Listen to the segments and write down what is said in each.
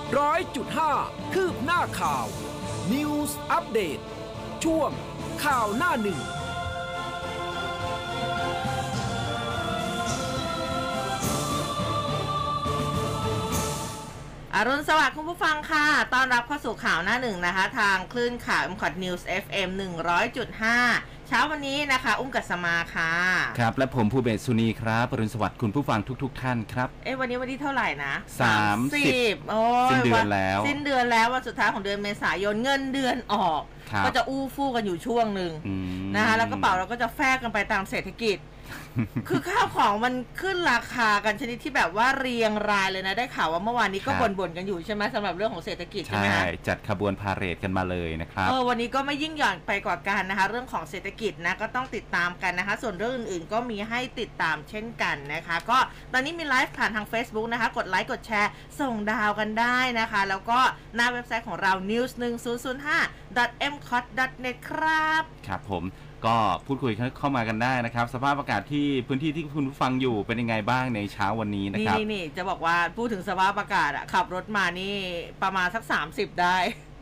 100.5 คืบหน้าข่าว News Update ช่วงข่าวหน้าหนึ่งอรุณสวัสดิ์คุณผู้ฟังค่ะต้อนรับเข้าสู่ข่าวหน้าหนึ่งนะคะทางคลื่นข่าว MCOT News FM 100.5 เช้าวันนี้นะคะอุ้มกัสมาค่ะครับและผมภูเบศสุนีครับอรุณสวัสดิ์คุณผู้ฟังทุกท่านครับวันนี้เท่าไหร่นะ 30 โอ้ยสิ้นเดือนแล้ววันสุดท้ายของเดือนเมษายนเงินเดือนออกก็จะอู้ฟู่กันอยู่ช่วงหนึ่งนะคะแล้วกระเป๋าเราก็จะแฟกกันไปตามเศรษฐกิจคือข้าวของมันขึ้นราคากันชนิดที่แบบว่าเรียงรายเลยนะได้ข่าวว่าเมื่อวานนี้ก็บ่นกันอยู่ใช่ไหมสำหรับเรื่องของเศรษฐกิจใช่ไหมคะจัดขบวนพาเหรดกันมาเลยนะครับวันนี้ก็ไม่ยิ่งหย่อนไปกว่ากันนะคะเรื่องของเศรษฐกิจนะก็ต้องติดตามกันนะคะส่วนเรื่องอื่นๆก็มีให้ติดตามเช่นกันนะคะก็ตอนนี้มีไลฟ์ผ่านทาง Facebook นะคะกดไลค์กดแชร์ส่งดาวกันได้นะคะแล้วก็หน้าเว็บไซต์ของเรา news1005.mcot.net ครับครับผมก็พูดคุยเข้ามากันได้นะครับสภาพอากาศที่พื้นที่ที่คุณผู้ฟังอยู่เป็นยังไงบ้างในเช้าวันนี้นะครับนี่จะบอกว่าพูดถึงสภาพอากาศอะขับรถมานี่ประมาณสัก30ได้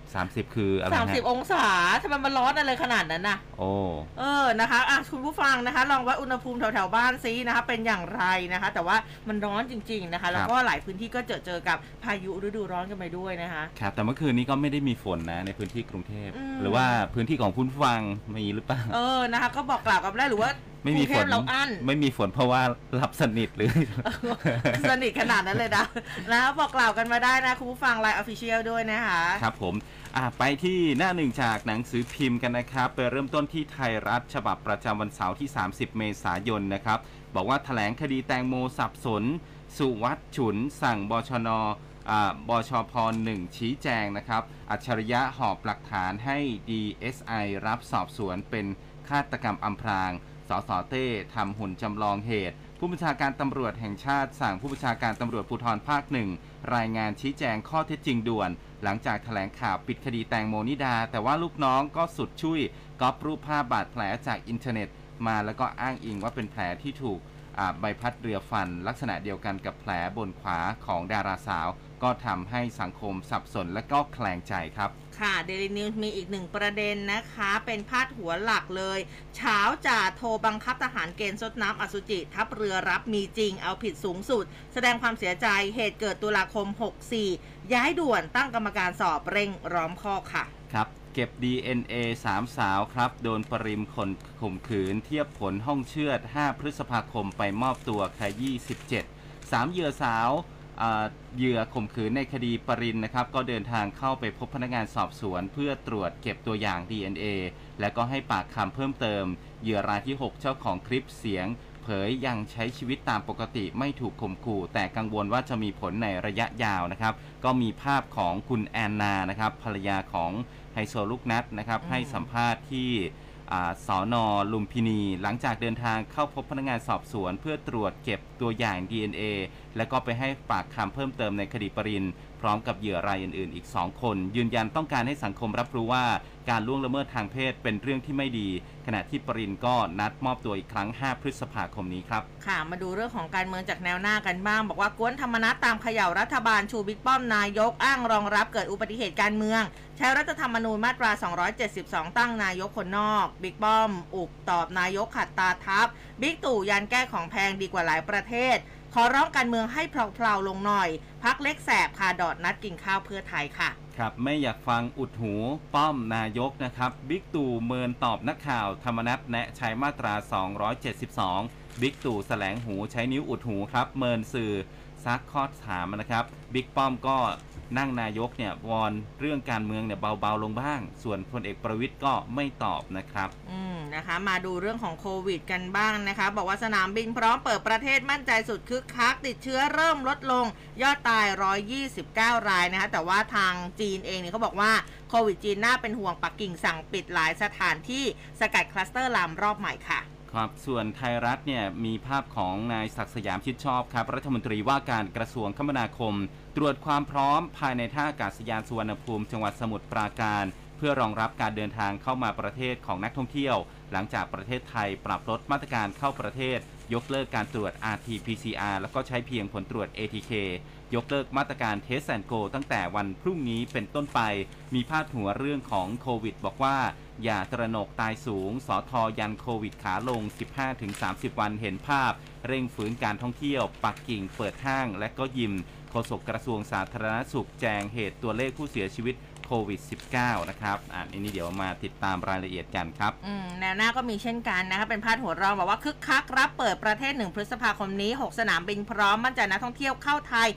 30คืออะไรฮะ 30 องศาทำไมมันร้อนอะไรขนาดนั้นนะโอ้นะคะคุณผู้ฟังนะคะลองวัดอุณหภูมิแถวๆบ้านซินะคะเป็นอย่างไรนะคะแต่ว่ามันร้อนจริงๆนะคะแล้วก็หลายพื้นที่ก็เจอกับพายุฤดูร้อนกันไปด้วยนะคะครับแต่เมื่อคืนนี้ก็ไม่ได้มีฝนนะในพื้นที่กรุงเทพหรือว่าพื้นที่ของคุณผู้ฟังมีหรือเปล่านะคะก็บอกกล่าวกันได้หรือว่าไม่มีฝนไม่มีฝนเพราะว่าหลับสนิทหรือสนิทขนาดนั้นเลยนะบอกกล่าวกันมาได้นะคุณผู้ฟังไลน์ Official ด้วยนะคะครับผมไปที่หน้าหนึ่งจากหนังสือพิมพ์กันนะครับไปเริ่มต้นที่ไทยรัฐฉบับประจำวันเสาร์ที่30เมษายนนะครับบอกว่าแถลงคดีแตงโมสับสนสุวัฒน์ฉุนสั่งบชน.บชพ.1 ชี้แจงนะครับอัจฉริยะหอบหลักฐานให้ DSI รับสอบสวนเป็นฆาตกรรมอำพรางสส.เต้ทำหุ่นจำลองเหตุผู้บัญชาการตำรวจแห่งชาติสั่งผู้บัญชาการตำรวจภูธรภาคหนึ่งรายงานชี้แจงข้อเท็จจริงด่วนหลังจากแถลงข่าวปิดคดีแตงโมนิดาแต่ว่าลูกน้องก็สุดช่วยก๊อปรูปภาพบาดแผลจากอินเทอร์เน็ตมาแล้วก็อ้างอิงว่าเป็นแผลที่ถูกใบพัดเรือฟันลักษณะเดียวกันกับแผลบนขวาของดาราสาวก็ทำให้สังคมสับสนและก็แคลงใจครับค่ะเดลินิวส์มีอีกหนึ่งประเด็นนะคะเป็นพาดหัวหลักเลยเช้าจ่าโทบังคับทหารเกณฑ์ซดน้ำอสุจิทัพเรือรับมีจริงเอาผิดสูงสุดแสดงความเสียใจเหตุเกิดตุลาคม64ย้ายด่วนตั้งกรรมการสอบเร่งร้อมข้อค่ะครับเก็บ DNA 3 สาวครับโดนปริมข่มขืนเทียบผลห้องเชือด5พฤษภาคมไปมอบตัวขยี้17 3เหยื่อสาวเหยื่อข่มขืนในคดีปรินนะครับก็เดินทางเข้าไปพบพนักงานสอบสวนเพื่อตรวจเก็บตัวอย่าง DNA และก็ให้ปากคำเพิ่มเติมเหยื่อรายที่6เจ้าของคลิปเสียงเผยยังใช้ชีวิตตามปกติไม่ถูกข่มขู่แต่กังวลว่าจะมีผลในระยะยาวนะครับก็มีภาพของคุณแอนนานะครับภรรยาของไฮโซลูกนัดนะครับให้สัมภาษณ์ที่สน.ลุมพินีหลังจากเดินทางเข้าพบพนักงานสอบสวนเพื่อตรวจเก็บตัวอย่าง DNA และก็ไปให้ปากคำเพิ่มเติมในคดีปรินพร้อมกับเหยื่อรายอื่นๆอีก2คนยืนยันต้องการให้สังคมรับรู้ว่าการล่วงละเมิดทางเพศเป็นเรื่องที่ไม่ดีขณะที่ปรินก็นัดมอบตัวอีกครั้ง5พฤษภาคมนี้ครับค่ะมาดูเรื่องของการเมืองจากแนวหน้ากันบ้างบอกว่ากวนธรรมนัสตามเขย่ารัฐบาลชูบิ๊กป้อมนายกอ้างรองรับเกิดอุบัติเหตุการเมืองใช้รัฐธรรมนูญมาตรา272ตั้งนายกคนนอกบิ๊กป้อมอุบตอบนายกขัดตาทับบิ๊กตู่ยันแก้ของแพงดีกว่าหลายประเทศขอร้องการเมืองให้เพลาๆลงหน่อยพักเล็กแสบคาดอดนัดกินข้าวเพื่อไทยค่ะครับไม่อยากฟังอุดหูป้อมนายกนะครับบิ๊กตู่เมินตอบนักข่าวธรรมนัสแนะใช้มาตรา272บิ๊กตู่แสลงหูใช้นิ้วอุดหูครับเมินสื่อซักข้อถามนะครับบิ๊กป้อมก็นั่งนายกเนี่ยวอนเรื่องการเมืองเนี่ยเบาๆลงบ้างส่วนพลเอกประวิตรก็ไม่ตอบนะครับนะคะมาดูเรื่องของโควิดกันบ้างนะคะบอกว่าสนามบินพร้อมเปิดประเทศมั่นใจสุดคึกคักติดเชื้อเริ่มลดลงยอดตาย129รายนะคะแต่ว่าทางจีนเองเนี่ยเขาบอกว่าโควิดจีนน่าเป็นห่วงปักกิ่งสั่งปิดหลายสถานที่สกัดคลัสเตอร์ลามรอบใหม่ค่ะครับส่วนไทยรัฐเนี่ยมีภาพของนายศักดิ์สยามชิดชอบครับรัฐมนตรีว่าการกระทรวงคมนาคมตรวจความพร้อมภายในท่าอากาศยานสุวรรณภูมิจังหวัดสมุทรปราการเพื่อรองรับการเดินทางเข้ามาประเทศของนักท่องเที่ยวหลังจากประเทศไทยปรับลดมาตรการเข้าประเทศยกเลิกการตรวจ RT-PCR แล้วก็ใช้เพียงผลตรวจ ATK ยกเลิกมาตรการ Test and Go ตั้งแต่วันพรุ่งนี้เป็นต้นไปมีพาดหัวเรื่องของโควิดบอกว่าอย่าตระหนกตายสูงสท.ยันโควิดขาลง 15-30 วันเห็นภาพเร่งฝืนการท่องเที่ยวปักกิ่งเปิดห้างและก็ยิมโฆษกกระทรวงสาธารณสุขแจงเหตุตัวเลขผู้เสียชีวิตโควิด -19 นะครับอันนี้เดี๋ยวมาติดตามรายละเอียดกันครับแนวหน้าก็มีเช่นกันนะคะเป็นพาดหัวรองบอกว่าคึกคักรับเปิดประเทศ1 พฤษภาคมนี้6สนามบินพร้อมมั่นใจนักท่องเที่ยวเข้าไทย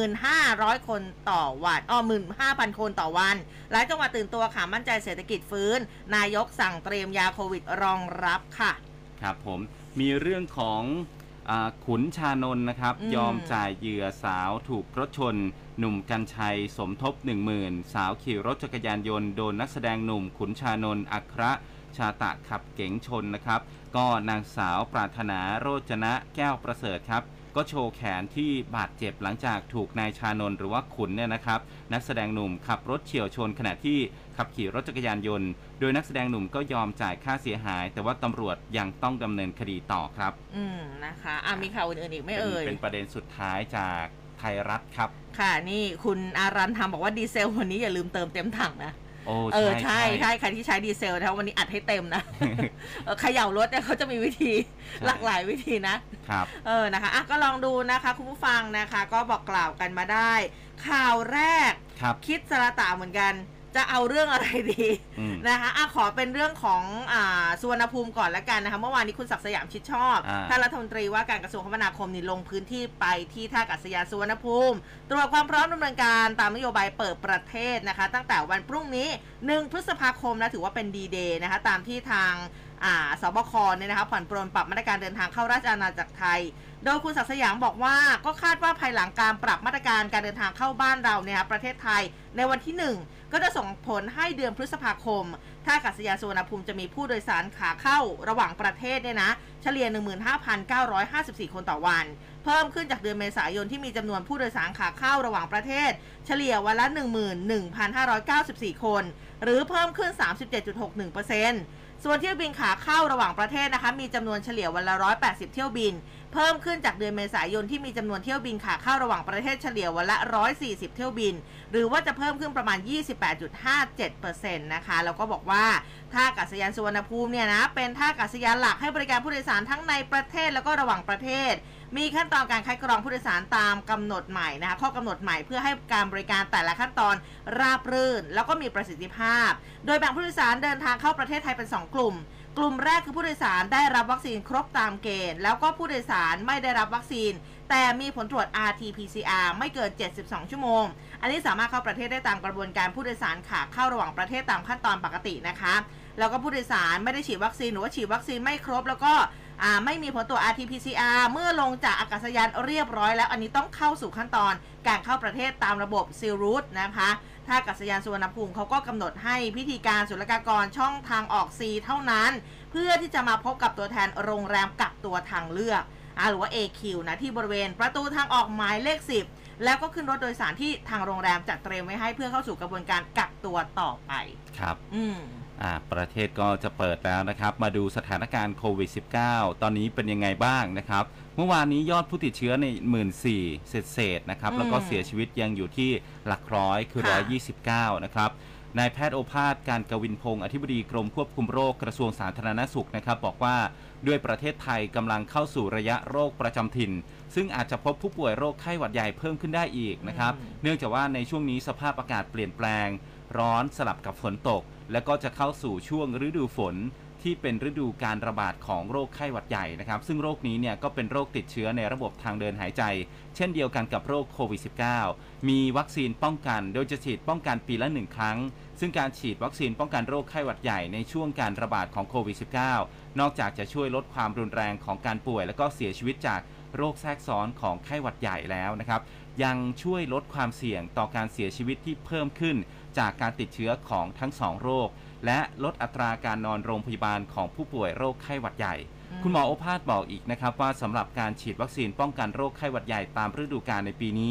1,500 คนต่อวัน15,000 คนต่อวันหลายจังหวัดตื่นตัวค่ะมั่นใจเศรษฐกิจฟื้นนายกสั่งเตรียมยาโควิดรองรับค่ะครับผมมีเรื่องของขุนชานนท์นะครับยอมจ่ายเหยื่อสาวถูกรถชนหนุ่มกรรชัยสมทบ 10,000 สาวขี่รถจักรยานยนต์โดนนักแสดงหนุ่มขุนชานนท์อัครชาตะขับเก๋งชนนะครับก็นางสาวปรารถนาโรจนะแก้วประเสริฐครับก็โชว์แขนที่บาดเจ็บหลังจากถูกนายชานนท์หรือว่าขุนเนี่ยนะครับนักแสดงหนุ่มขับรถเฉี่ยวชนขณะที่ขับขี่รถจักรยานยนต์โดยนักแสดงหนุ่มก็ยอมจ่ายค่าเสียหายแต่ว่าตำรวจยังต้องดำเนินคดีต่อครับนะคะมีข่าวอื่นๆอีกไม่เอ่ยเป็นประเด็นสุดท้ายจากไทยรัฐครับค่ะนี่คุณอารันทำบอกว่าดีเซลวันนี้อย่าลืมเติมเต็มถังนะใช่ใใครที่ใช้ดีเซลนะวันนี้อัดให้เต็มนะเขย่ารถเนี่ยเขาจะมีวิธีหลากหลายวิธีนะครับนะคะก็ลองดูนะคะคุณผู้ฟังนะคะก็บอกกล่าวกันมาได้ข่าวแรกคิดสระตะเหมือนกันจะเอาเรื่องอะไรดีนะคะขอเป็นเรื่องของสุวรรณภูมิก่อนละกันนะคะเมื่อวานนี้คุณศักดิ์สยามชิดชอบท่านรัฐมนตรีว่าการกระทรวงคมนาคมนี่ลงพื้นที่ไปที่ท่าอากาศยานสุวรรณภูมิตรวจความพร้อมดำเนินการตามนโยบายเปิดประเทศนะคะตั้งแต่วันพรุ่งนี้1 พฤษภาคมนะถือว่าเป็นดีเดย์นะคะตามที่ทางสบคเนี่ยนะคะผ่อนปรนปรับมาตรการเดินทางเข้าราชอาณาจักรไทยโดยคุณศักดิ์สยามบอกว่าก็คาดว่าภายหลังการปรับมาตรการการเดินทางเข้าบ้านเราเนี่ยประเทศไทยในวันที่1ก็จะส่งผลให้เดือนพฤษภาคมท่าอากาศยานสุวรรณภูมิจะมีผู้โดยสารขาเข้าระหว่างประเทศเนี่ยนะเฉลี่ย 15,954 คนต่อวันเพิ่มขึ้นจากเดือนเมษายนที่มีจำนวนผู้โดยสารขาเข้าระหว่างประเทศเฉลี่ยวันละ 11,594 คนหรือเพิ่มขึ้น 37.61%ส่วนเที่ยวบินขาเข้าระหว่างประเทศนะคะมีจำนวนเฉลี่ยวันละ180เที่ยวบินเพิ่มขึ้นจากเดือนเมษายนที่มีจำนวนเที่ยวบินขาเข้าระหว่างประเทศเฉลี่ยวันละ140เที่ยวบินหรือว่าจะเพิ่มขึ้นประมาณ 28.57% นะคะแล้วก็บอกว่าท่าอากาศยานสุวรรณภูมิเนี่ยนะเป็นท่าอากาศยานหลักให้บริการผู้โดยสารทั้งในประเทศแล้วก็ระหว่างประเทศมีขั้นตอนการคัดกรองผู้โดยสารตามกำหนดใหม่นะคะข้อกำหนดใหม่เพื่อให้การบริการแต่ละขั้นตอนราบรื่นแล้วก็มีประสิทธิภาพโดยแบ่งผู้โดยสารเดินทางเข้าประเทศไทยเป็น2 กลุ่มแรกคือผู้โดยสารได้รับวัคซีนครบตามเกณฑ์แล้วก็ผู้โดยสารไม่ได้รับวัคซีนแต่มีผลตรวจ RT-PCR ไม่เกิน72ชั่วโมงอันนี้สามารถเข้าประเทศได้ตามกระบวนการผู้โดยสารขาเข้าระหว่างประเทศตามขั้นตอนปกตินะคะแล้วก็ผู้โดยสารไม่ได้ฉีดวัคซีนหรือว่าฉีดวัคซีนไม่ครบแล้วก็ไม่มีผลตรวจ RT-PCR เมื่อลงจากอากาศยานเรียบร้อยแล้วอันนี้ต้องเข้าสู่ขั้นตอนการเข้าประเทศตามระบบ Seal Route นะคะท่าอากาศยานสุวรรณภูมิเขาก็กำหนดให้พิธีการศุลกากรช่องทางออก C เท่านั้นเพื่อที่จะมาพบกับตัวแทนโรงแรมกักตัวทางเลือกหรือว่า AQ นะที่บริเวณประตูทางออกหมายเลข10แล้วก็ขึ้นรถโดยสารที่ทางโรงแรมจัดเตรียมไว้ให้เพื่อเข้าสู่กระบวนการกักตัวต่อไปครับประเทศก็จะเปิดแล้วนะครับมาดูสถานการณ์โควิด -19 ตอนนี้เป็นยังไงบ้างนะครับเมื่อวานนี้ยอดผู้ติดเชื้อใน 14,000 เศษนะครับแล้วก็เสียชีวิตยังอยู่ที่หลักร้อยคือ129นะครับนายแพทย์โอภาสการกวินพงศ์อธิบดีกรมควบคุมโรคกระทรวงสาธารณสุขนะครับบอกว่าด้วยประเทศไทยกำลังเข้าสู่ระยะโรคประจำถิ่นซึ่งอาจจะพบผู้ป่วยโรคไข้หวัดใหญ่เพิ่มขึ้นได้อีกนะครับเนื่องจากว่าในช่วงนี้สภาพอากาศเปลี่ยนแปลงร้อนสลับกับฝนตกและก็จะเข้าสู่ช่วงฤดูฝนที่เป็นฤดูการระบาดของโรคไข้หวัดใหญ่นะครับซึ่งโรคนี้เนี่ยก็เป็นโรคติดเชื้อในระบบทางเดินหายใจเช่นเดียวกันกับโรคโควิด -19 มีวัคซีนป้องกันโดยจะฉีดป้องกันปีละ1 ครั้งซึ่งการฉีดวัคซีนป้องกันโรคไข้หวัดใหญ่ในช่วงการระบาดของโควิด -19 นอกจากจะช่วยลดความรุนแรงของการป่วยและก็เสียชีวิตจากโรคแทรกซ้อนของไข้หวัดใหญ่แล้วนะครับยังช่วยลดความเสี่ยงต่อการเสียชีวิตที่เพิ่มขึ้นจากการติดเชื้อของทั้ง2โรคและลดอัตราการนอนโรงพยาบาลของผู้ป่วยโรคไข้หวัดใหญ่คุณหมอโอภาสบอกอีกนะครับว่าสำหรับการฉีดวัคซีนป้องกันโรคไข้หวัดใหญ่ตามฤดูกาลในปีนี้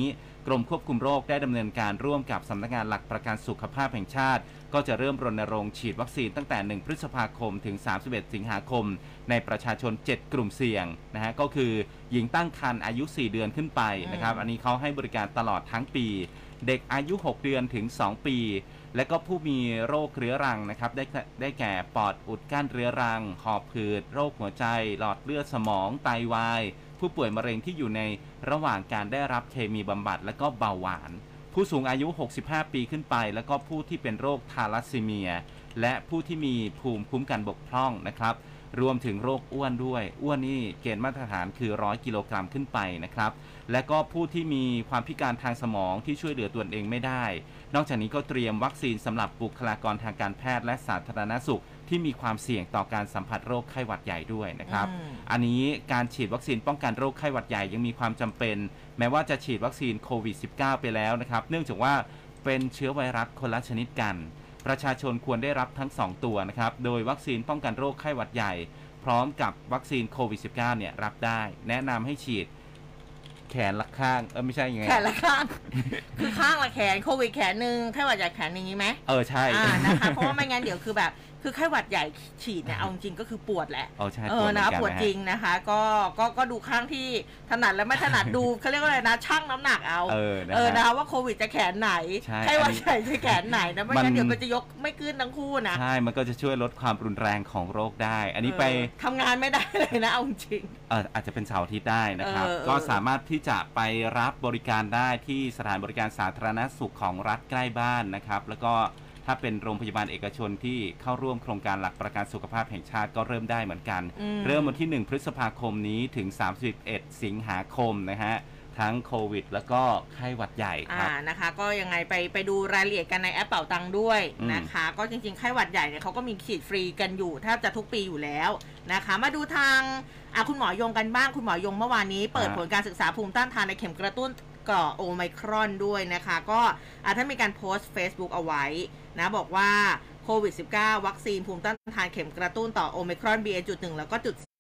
กรมควบคุมโรคได้ดำเนินการร่วมกับสำนักงานหลักประกันสุขภาพแห่งชาติก็จะเริ่มรณรงค์ฉีดวัคซีนตั้งแต่ 1 พฤษภาคมถึง 31 สิงหาคมในประชาชน 7 กลุ่มเสี่ยงนะฮะก็คือหญิงตั้งครรภ์อายุ 4 เดือนขึ้นไปนะครับอันนี้เขาให้บริการตลอดทั้งปีเด็กอายุ 6 เดือนถึง 2 ปีและก็ผู้มีโรคเรื้อรังนะครับได้แก่ปอดอุดกั้นเรื้อรังหอบหืดโรคหัวใจหลอดเลือดสมองไตวายผู้ป่วยมะเร็งที่อยู่ในระหว่างการได้รับเคมีบำบัดและก็เบาหวานผู้สูงอายุ 65 ปีขึ้นไปแล้วก็ผู้ที่เป็นโรคทาลัสซีเมียและผู้ที่มีภูมิคุ้มกันบกพร่องนะครับรวมถึงโรคอ้วนด้วยอ้วนนี่เกณฑ์มาตรฐานคือ100 กิโลกรัมขึ้นไปนะครับและก็ผู้ที่มีความพิการทางสมองที่ช่วยเหลือตัวเองไม่ได้นอกจากนี้ก็เตรียมวัคซีนสำหรับบุคลากรทางการแพทย์และสาธารณสุขที่มีความเสี่ยงต่อการสัมผัสโรคไข้หวัดใหญ่ด้วยนะครับอันนี้การฉีดวัคซีนป้องกันโรคไข้หวัดใหญ่ยังมีความจำเป็นแม้ว่าจะฉีดวัคซีนโควิด -19 ไปแล้วนะครับเนื่องจากว่าเป็นเชื้อไวรัสคนละชนิดกันประชาชนควรได้รับทั้ง2ตัวนะครับโดยวัคซีนป้องกันโรคไข้หวัดใหญ่พร้อมกับวัคซีนโควิด -19 เนี่ยรับได้แนะนำให้ฉีดแขนละข้างไม่ใช่ยังไงแขนละข้าง คือข้างละแขนโควิดแขนหนึ่งไข้หวัดใหญ่แขนหนึ่งนี้ไหมใช่นะคะเพราะว่าไม่งั้นเดี๋ยวคือแบบคือไข้หวัดใหญ่ฉีดเนี่ยเอาจริงก็คือปวดแหละใช่นะปวดจริงนะคะก็ดูข้างที่ถนัดและไม่ถนัดดูเขาเรียกว่าอะไรนะชั่งน้ำหนักเอานะคะว่าโควิดจะแขนไหนไข้หวัดใหญ่จะแขนไหนนะไม่งั้นเดี๋ยวก็จะยกไม่ขึ้นทั้งคู่นะใช่มันก็จะช่วยลดความรุนแรงของโรคได้อันนี้ไปทำงานไม่ได้เลยนะเอาจริงอาจจะเป็นเสาร์อาทิตย์ได้นะครับก็สามารถที่จะไปรับบริการได้ที่สถานบริการสาธารณสุขของรัฐใกล้บ้านนะครับแล้วก็ถ้าเป็นโรงพยาบาลเอกชนที่เข้าร่วมโครงการหลักประกันสุขภาพแห่งชาติก็เริ่มได้เหมือนกันเริ่มวันที่1 พฤษภาคมนี้ถึง31 สิงหาคมนะฮะทั้งโควิดแล้วก็ไข้หวัดใหญ่ครับนะคะก็ยังไงไปดูรายละเอียดกันในแอปเป่าตังด้วยนะคะก็จริงๆไข้หวัดใหญ่เนี่ยเขาก็มีฉีดฟรีกันอยู่แทบจะทุกปีอยู่แล้วนะคะมาดูทางคุณหมอยงกันบ้างคุณหมอยงเมื่อวานนี้เปิดผลการศึกษาภูมิต้านทานในเข็มกระตุ้นก่อโอไมครอนด้วยนะคะก็ท่านมีการโพสต์ Facebook เอาไว้นะบอกว่าโควิด -19 วัคซีนภูมิต้านทานเข็มกระตุ้นต่อโอไมครอน BA.1 แล้วก็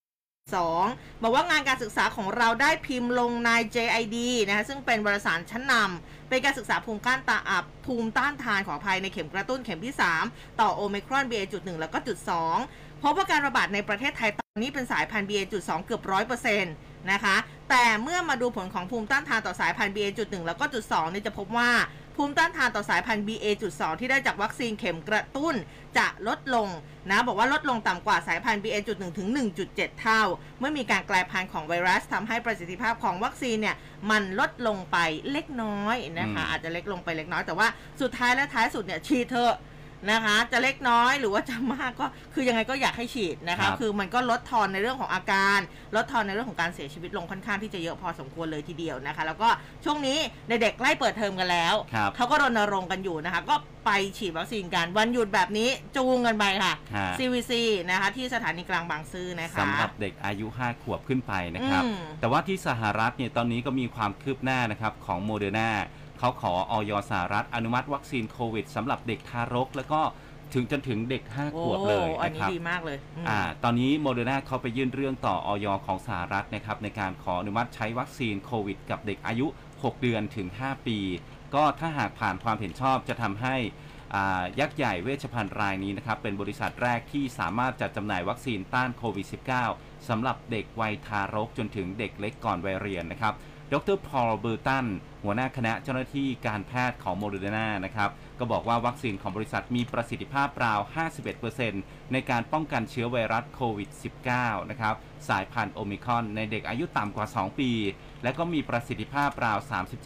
.2 บอกว่างานการศึกษาของเราได้พิมพ์ลงใน JID นะคะซึ่งเป็นวารสารชั้นนำเป็นการศึกษาภูมิต้านทานขออภัยในเข็มกระตุ้นเข็มที่3ต่อโอไมครอน BA.1 แล้วก็.2 พบว่าการระบาดในประเทศไทยตอนนี้เป็นสายพันธุ์ BA.2 เกือบ 100% นะคะแต่เมื่อมาดูผลของภูมิต้านทานต่อสายพันธุ์ BA.1 แล้วก็.2 เนี่ยจะพบว่าภูมิต้านทานต่อสายพันธุ์ BA.2 ที่ได้จากวัคซีนเข็มกระตุ้นจะลดลงนะบอกว่าลดลงต่ำกว่าสายพันธุ์ BA.1 ถึง 1.7 เท่าเมื่อมีการกลายพันธุ์ของไวรัสทำให้ประสิทธิภาพของวัคซีนเนี่ยมันลดลงไปเล็กน้อยนะคะอาจจะเล็กลงไปเล็กน้อยแต่ว่าสุดท้ายและท้ายสุดเนี่ยฉีดเถอะนะคะจะเล็กน้อยหรือว่าจะมากก็คือยังไงก็อยากให้ฉีดนะคะคือมันก็ลดทอนในเรื่องของอาการลดทอนในเรื่องของการเสียชีวิตลงค่อนข้างที่จะเยอะพอสมควรเลยทีเดียวนะคะแล้วก็ช่วงนี้เด็กๆใกล้เปิดเทอมกันแล้วเขาก็รณรงค์กันอยู่นะคะก็ไปฉีดวัคซีนกันวันหยุดแบบนี้จูงกันไปค่ะ CVC นะคะที่สถานีกลางบางซื่อนะคะสำหรับเด็กอายุ5 ขวบขึ้นไปนะครับแต่ว่าที่สหรัฐเนี่ยตอนนี้ก็มีความคืบหน้านะครับของโมเดอร์นาเขาขออย.สหรัฐอนุมัติวัคซีนโควิดสำหรับเด็กทารกแล้วก็จนถึงเด็ก5 ขวบเลยนะครับอันนี้ดีมากเลยตอนนี้โมเดอร์นาเขาไปยื่นเรื่องต่ออย.ของสหรัฐนะครับในการขออนุมัติใช้วัคซีนโควิดกับเด็กอายุ6 เดือนถึง5 ปีก็ถ้าหากผ่านความเห็นชอบจะทำให้ยักษ์ใหญ่เวชภัณฑ์รายนี้นะครับเป็นบริษัทแรกที่สามารถจัดจำหน่ายวัคซีนต้านโควิด -19 สำหรับเด็กวัยทารกจนถึงเด็กเล็กก่อนวัยเรียนนะครับดร.พอล เบอร์ตันหัวหน้าคณะเจ้าหน้าที่การแพทย์ของโมเดอร์นานะครับก็บอกว่าวัคซีนของบริษัทมีประสิทธิภาพราว 51% ในการป้องกันเชื้อไวรัสโควิด -19 นะครับสายพันธุ์โอมิครอนในเด็กอายุต่ำกว่า 2 ปีและก็มีประสิทธิภาพราว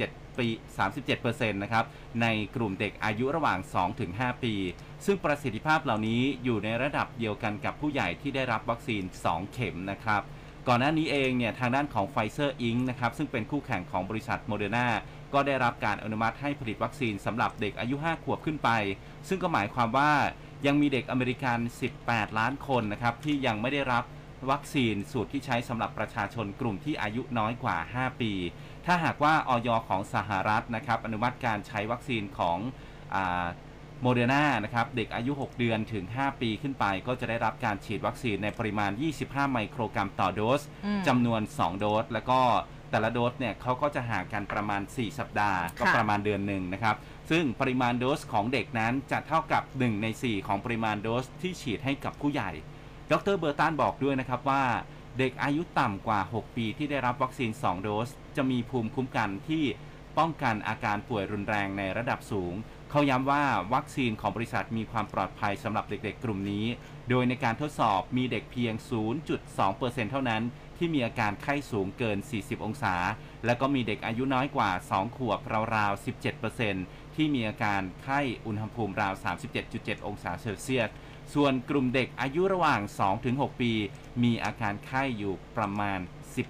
37% นะครับในกลุ่มเด็กอายุระหว่าง 2-5 ปีซึ่งประสิทธิภาพเหล่านี้อยู่ในระดับเดียวกันกับผู้ใหญ่ที่ได้รับวัคซีน 2 เข็มนะครับก่อนหน้านี้เองเนี่ยทางด้านของ Pfizer Inc. นะครับซึ่งเป็นคู่แข่งของบริษัทโมเดอร์นาก็ได้รับการอนุมัติให้ผลิตวัคซีนสำหรับเด็กอายุ5 ขวบขึ้นไปซึ่งก็หมายความว่ายังมีเด็กอเมริกัน18 ล้านคนนะครับที่ยังไม่ได้รับวัคซีนสูตรที่ใช้สำหรับประชาชนกลุ่มที่อายุน้อยกว่า5 ปีถ้าหากว่าอย.ของสหรัฐนะครับอนุมัติการใช้วัคซีนของโมเดอร์นานะครับเด็กอายุ6 เดือนถึง5 ปีขึ้นไปก็จะได้รับการฉีดวัคซีนในปริมาณ25 ไมโครกรัมต่อโดสจำนวน2 โดสแล้วก็แต่ละโดสเนี่ยเขาก็จะห่างกันประมาณ4 สัปดาห์ก็ประมาณเดือนหนึ่งนะครับซึ่งปริมาณโดสของเด็กนั้นจะเท่ากับ1 ใน 4ของปริมาณโดสที่ฉีดให้กับผู้ใหญ่ดร.เบอร์ตันบอกด้วยนะครับว่าเด็กอายุต่ำกว่า6 ปีที่ได้รับวัคซีน2 โดสจะมีภูมิคุ้มกันที่ป้องกันอาการป่วยรุนแรงในระดับสูงเขาย้ำว่าวัคซีนของบริษัทมีความปลอดภัยสำหรับเด็กๆกลุ่มนี้โดยในการทดสอบมีเด็กเพียง 0.2% เท่านั้นที่มีอาการไข้สูงเกิน40 องศาและก็มีเด็กอายุน้อยกว่า2 ขวบราวๆ 17% ที่มีอาการไข้อุณหภูมิราว 37.7 องศาเซลเซียสส่วนกลุ่มเด็กอายุระหว่าง 2-6 ปีมีอาการไข้อยู่ประมาณ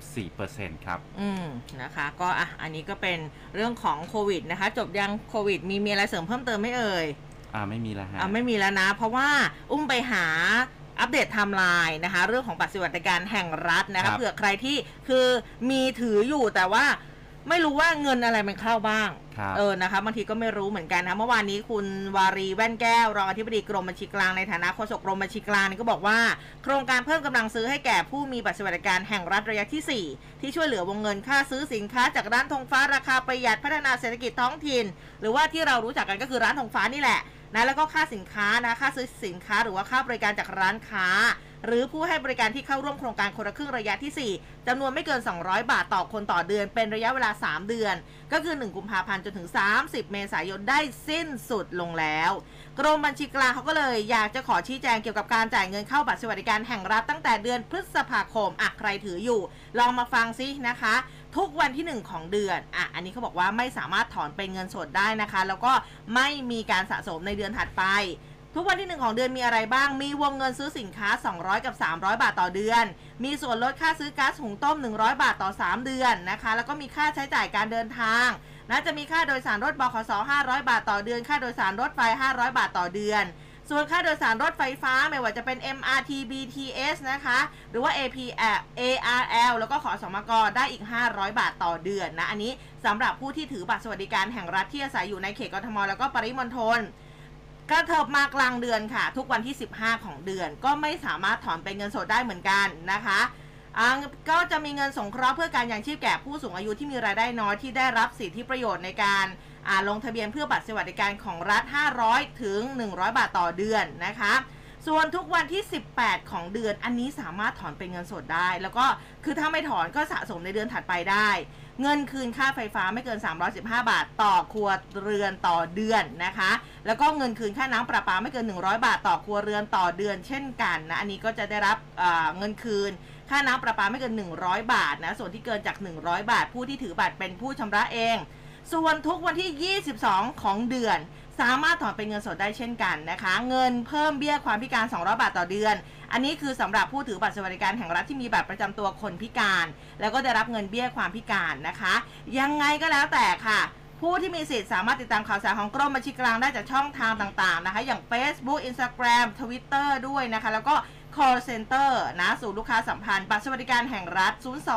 14% ครับนะคะก็อันนี้ก็เป็นเรื่องของโควิดนะคะจบยังโควิดมีอะไรเสริมเพิ่มเติมไม่เอ่ยไม่มีแล้วฮะไม่มีแล้วนะเพราะว่าไปหาอัปเดตไทม์ไลน์นะคะเรื่องของบัตรสวัสดิการแห่งรัฐนะคะเผื่อใครที่คือมีถืออยู่แต่ว่าไม่รู้ว่าเงินอะไรมันเข้าบ้างนะคะบางทีก็ไม่รู้เหมือนกันนะเมื่อวานนี้คุณวารีแว่นแก้วรองอธิบดีกรมบัญชีกลางในฐานะโฆษกกรมบัญชีกลางนี่ก็บอกว่าโครงการเพิ่มกำลังซื้อให้แก่ผู้มีบัตรสวัสดิการแห่งรัฐระยะที่4ที่ช่วยเหลือวงเงินค่าซื้อสินค้าจากร้านธงฟ้าราคาประหยัดพัฒนาเศรษฐกิจท้องถิ่นหรือว่าที่เรารู้จักกันก็คือร้านธงฟ้านี่แหละนะแล้วก็ค่าสินค้านะค่าซื้อสินค้าหรือว่าค่าบริการจากร้านค้าหรือผู้ให้บริการที่เข้าร่วมโครงการคนละครึ่งระยะที่4จำนวนไม่เกิน200 บาทต่อคนต่อเดือนเป็นระยะเวลา3 เดือนก็คือ1 กุมภาพันธ์จนถึง30 เมษายนได้สิ้นสุดลงแล้วกรมบัญชีกลางเขาก็เลยอยากจะขอชี้แจงเกี่ยวกับการจ่ายเงินเข้าบัตรสวัสดิการแห่งรัฐตั้งแต่เดือนพฤษภาคมใครถืออยู่ลองมาฟังซินะคะทุกวันที่1ของเดือนอันนี้เขาบอกว่าไม่สามารถถอนเป็นเงินสดได้นะคะแล้วก็ไม่มีการสะสมในเดือนถัดไปทุกวันที่1ของเดือนมีอะไรบ้างมีวงเงินซื้อสินค้า200กับ300 บาทต่อเดือนมีส่วนลดค่าซื้อก๊าซหุงต้ม100 บาทต่อ3 เดือนนะคะแล้วก็มีค่าใช้จ่ายการเดินทางจะมีค่าโดยสารรถบขส500 บาทต่อเดือนค่าโดยสารรถไฟ500 บาทต่อเดือนส่วนค่าโดยสารรถไฟฟ้าไม่ว่าจะเป็น MRT BTS นะคะหรือว่า ARL แล้วก็ขอสมกได้อีก500 บาทต่อเดือนนะอันนี้สำหรับผู้ที่ถือบัตรสวัสดิการแห่งรัฐที่อาศัยอยู่ในเขตกทมแล้วก็ปริมณฑลกระเถิบมากลางเดือนค่ะทุกวันที่15ของเดือนก็ไม่สามารถถอนเป็นเงินสดได้เหมือนกันนะคะก็จะมีเงินสงเคราะห์เพื่อการยังชีพแก่ผู้สูงอายุที่มีรายได้น้อยที่ได้รับสิทธิประโยชน์ในการลงทะเบียนเพื่อบัตรสวัสดิการของรัฐ500ถึง100 บาทต่อเดือนนะคะส่วนทุกวันที่18ของเดือนอันนี้สามารถถอนเป็นเงินสดได้แล้วก็คือถ้าไม่ถอนก็สะสมในเดือนถัดไปได้เงินคืนค่าไฟฟ้าไม่เกิน315 บาทต่อครัวเรือนต่อเดือนนะคะแล้วก็เงินคืนค่าน้ำประปาไม่เกิน100 บาทต่อครัวเรือนต่อเดือนเช่นกันนะอันนี้ก็จะได้รับเงินคืนค่าน้ำประปาไม่เกิน100 บาทนะส่วนที่เกินจาก100 บาทผู้ที่ถือบัตรเป็นผู้ชำระเองส่วนทุกวันที่22ของเดือนสามารถถอนเป็นเงินสดได้เช่นกันนะคะเงินเพิ่มเบี้ยความพิการ200 บาทต่อเดือนอันนี้คือสำหรับผู้ถือบัตรสวัสดิการแห่งรัฐที่มีบัตรประจำตัวคนพิการแล้วก็ได้รับเงินเบี้ยความพิการนะคะยังไงก็แล้วแต่ค่ะผู้ที่มีสิทธิ์สามารถติดตามข่าวสารของกรมบัญชีกลางได้จากช่องทางต่างๆนะคะอย่าง Facebook Instagram Twitter ด้วยนะคะแล้วก็ call center นะศูนย์ลูกค้าสัมพันธ์บัตรสวัสดิการแห่งรัฐ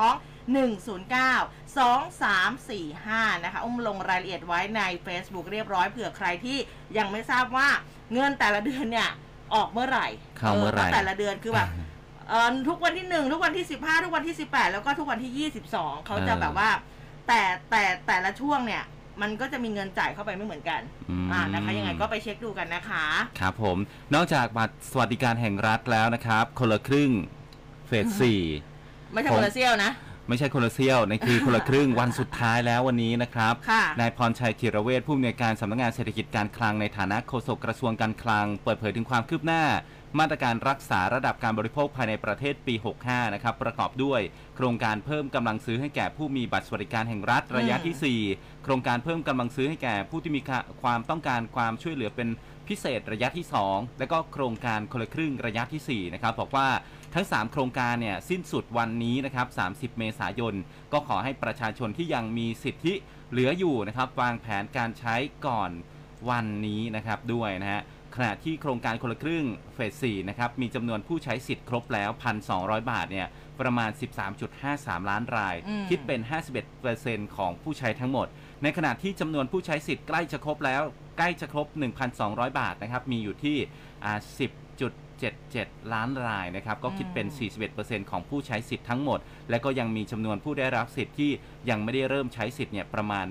02-109-2345นะคะลงรายละเอียดไว้ใน Facebook เรียบร้อยเผื่อใครที่ยังไม่ทราบว่าเงินแต่ละเดือนเนี่ยออกเมื่อไหร่เข้าเมื่อไหร่แต่ละเดือนคือแบบทุกวันที่1ทุกวันที่15ทุกวันที่18แล้วก็ทุกวันที่22เขาจะแบบว่าแต่ละช่วงเนี่ยมันก็จะมีเงินจ่ายเข้าไปไม่เหมือนกันนะคะยังไงก็ไปเช็คดูกันนะคะครับผมนอกจากบัตรสวัสดิการแห่งรัฐแล้วนะครับคนละครึ่งเฟส4 ไม่ใช่คนละเซี่ยวนะไม่ใช่คนละเซี่ยวนี่คือคนละครึ่งวันสุดท้ายแล้ววันนี้นะครับนายพรชัยธีรเวชผู้อำนวยการสำนักงานเศรษฐกิจการคลังในฐานะโฆษกกระทรวงการคลังเปิดเผยถึงความคืบหน้ามาตรการรักษาระดับการบริโภคภายในประเทศปี 65 นะครับประกอบด้วยโครงการเพิ่มกำลังซื้อให้แก่ผู้มีบัตรสวัสดิการแห่งรัฐระยะที่ 4 โครงการเพิ่มกำลังซื้อให้แก่ผู้ที่มีความต้องการความช่วยเหลือเป็นพิเศษระยะที่ 2 และก็โครงการคนละครึ่งระยะที่ 4 นะครับบอกว่าทั้ง3โครงการเนี่ยสิ้นสุดวันนี้นะครับ30 เมษายนก็ขอให้ประชาชนที่ยังมีสิทธิเหลืออยู่นะครับวางแผนการใช้ก่อนวันนี้นะครับด้วยนะฮะขณะที่โครงการคนละครึ่งเฟส 4 นะครับมีจำนวนผู้ใช้สิทธิ์ครบแล้ว 1,200 บาทเนี่ยประมาณ 13.53 ล้านรายคิดเป็น 51% ของผู้ใช้ทั้งหมดในขณะที่จำนวนผู้ใช้สิทธิ์ใกล้จะครบแล้วใกล้จะครบ 1,200 บาทนะครับมีอยู่ที่10.7 1.77 ล้านรายนะครับก็คิดเป็น 41% ของผู้ใช้สิทธิ์ทั้งหมดและก็ยังมีจำนวนผู้ได้รับสิทธิ์ที่ยังไม่ได้เริ่มใช้สิทธิ์เนี่ยประมาณ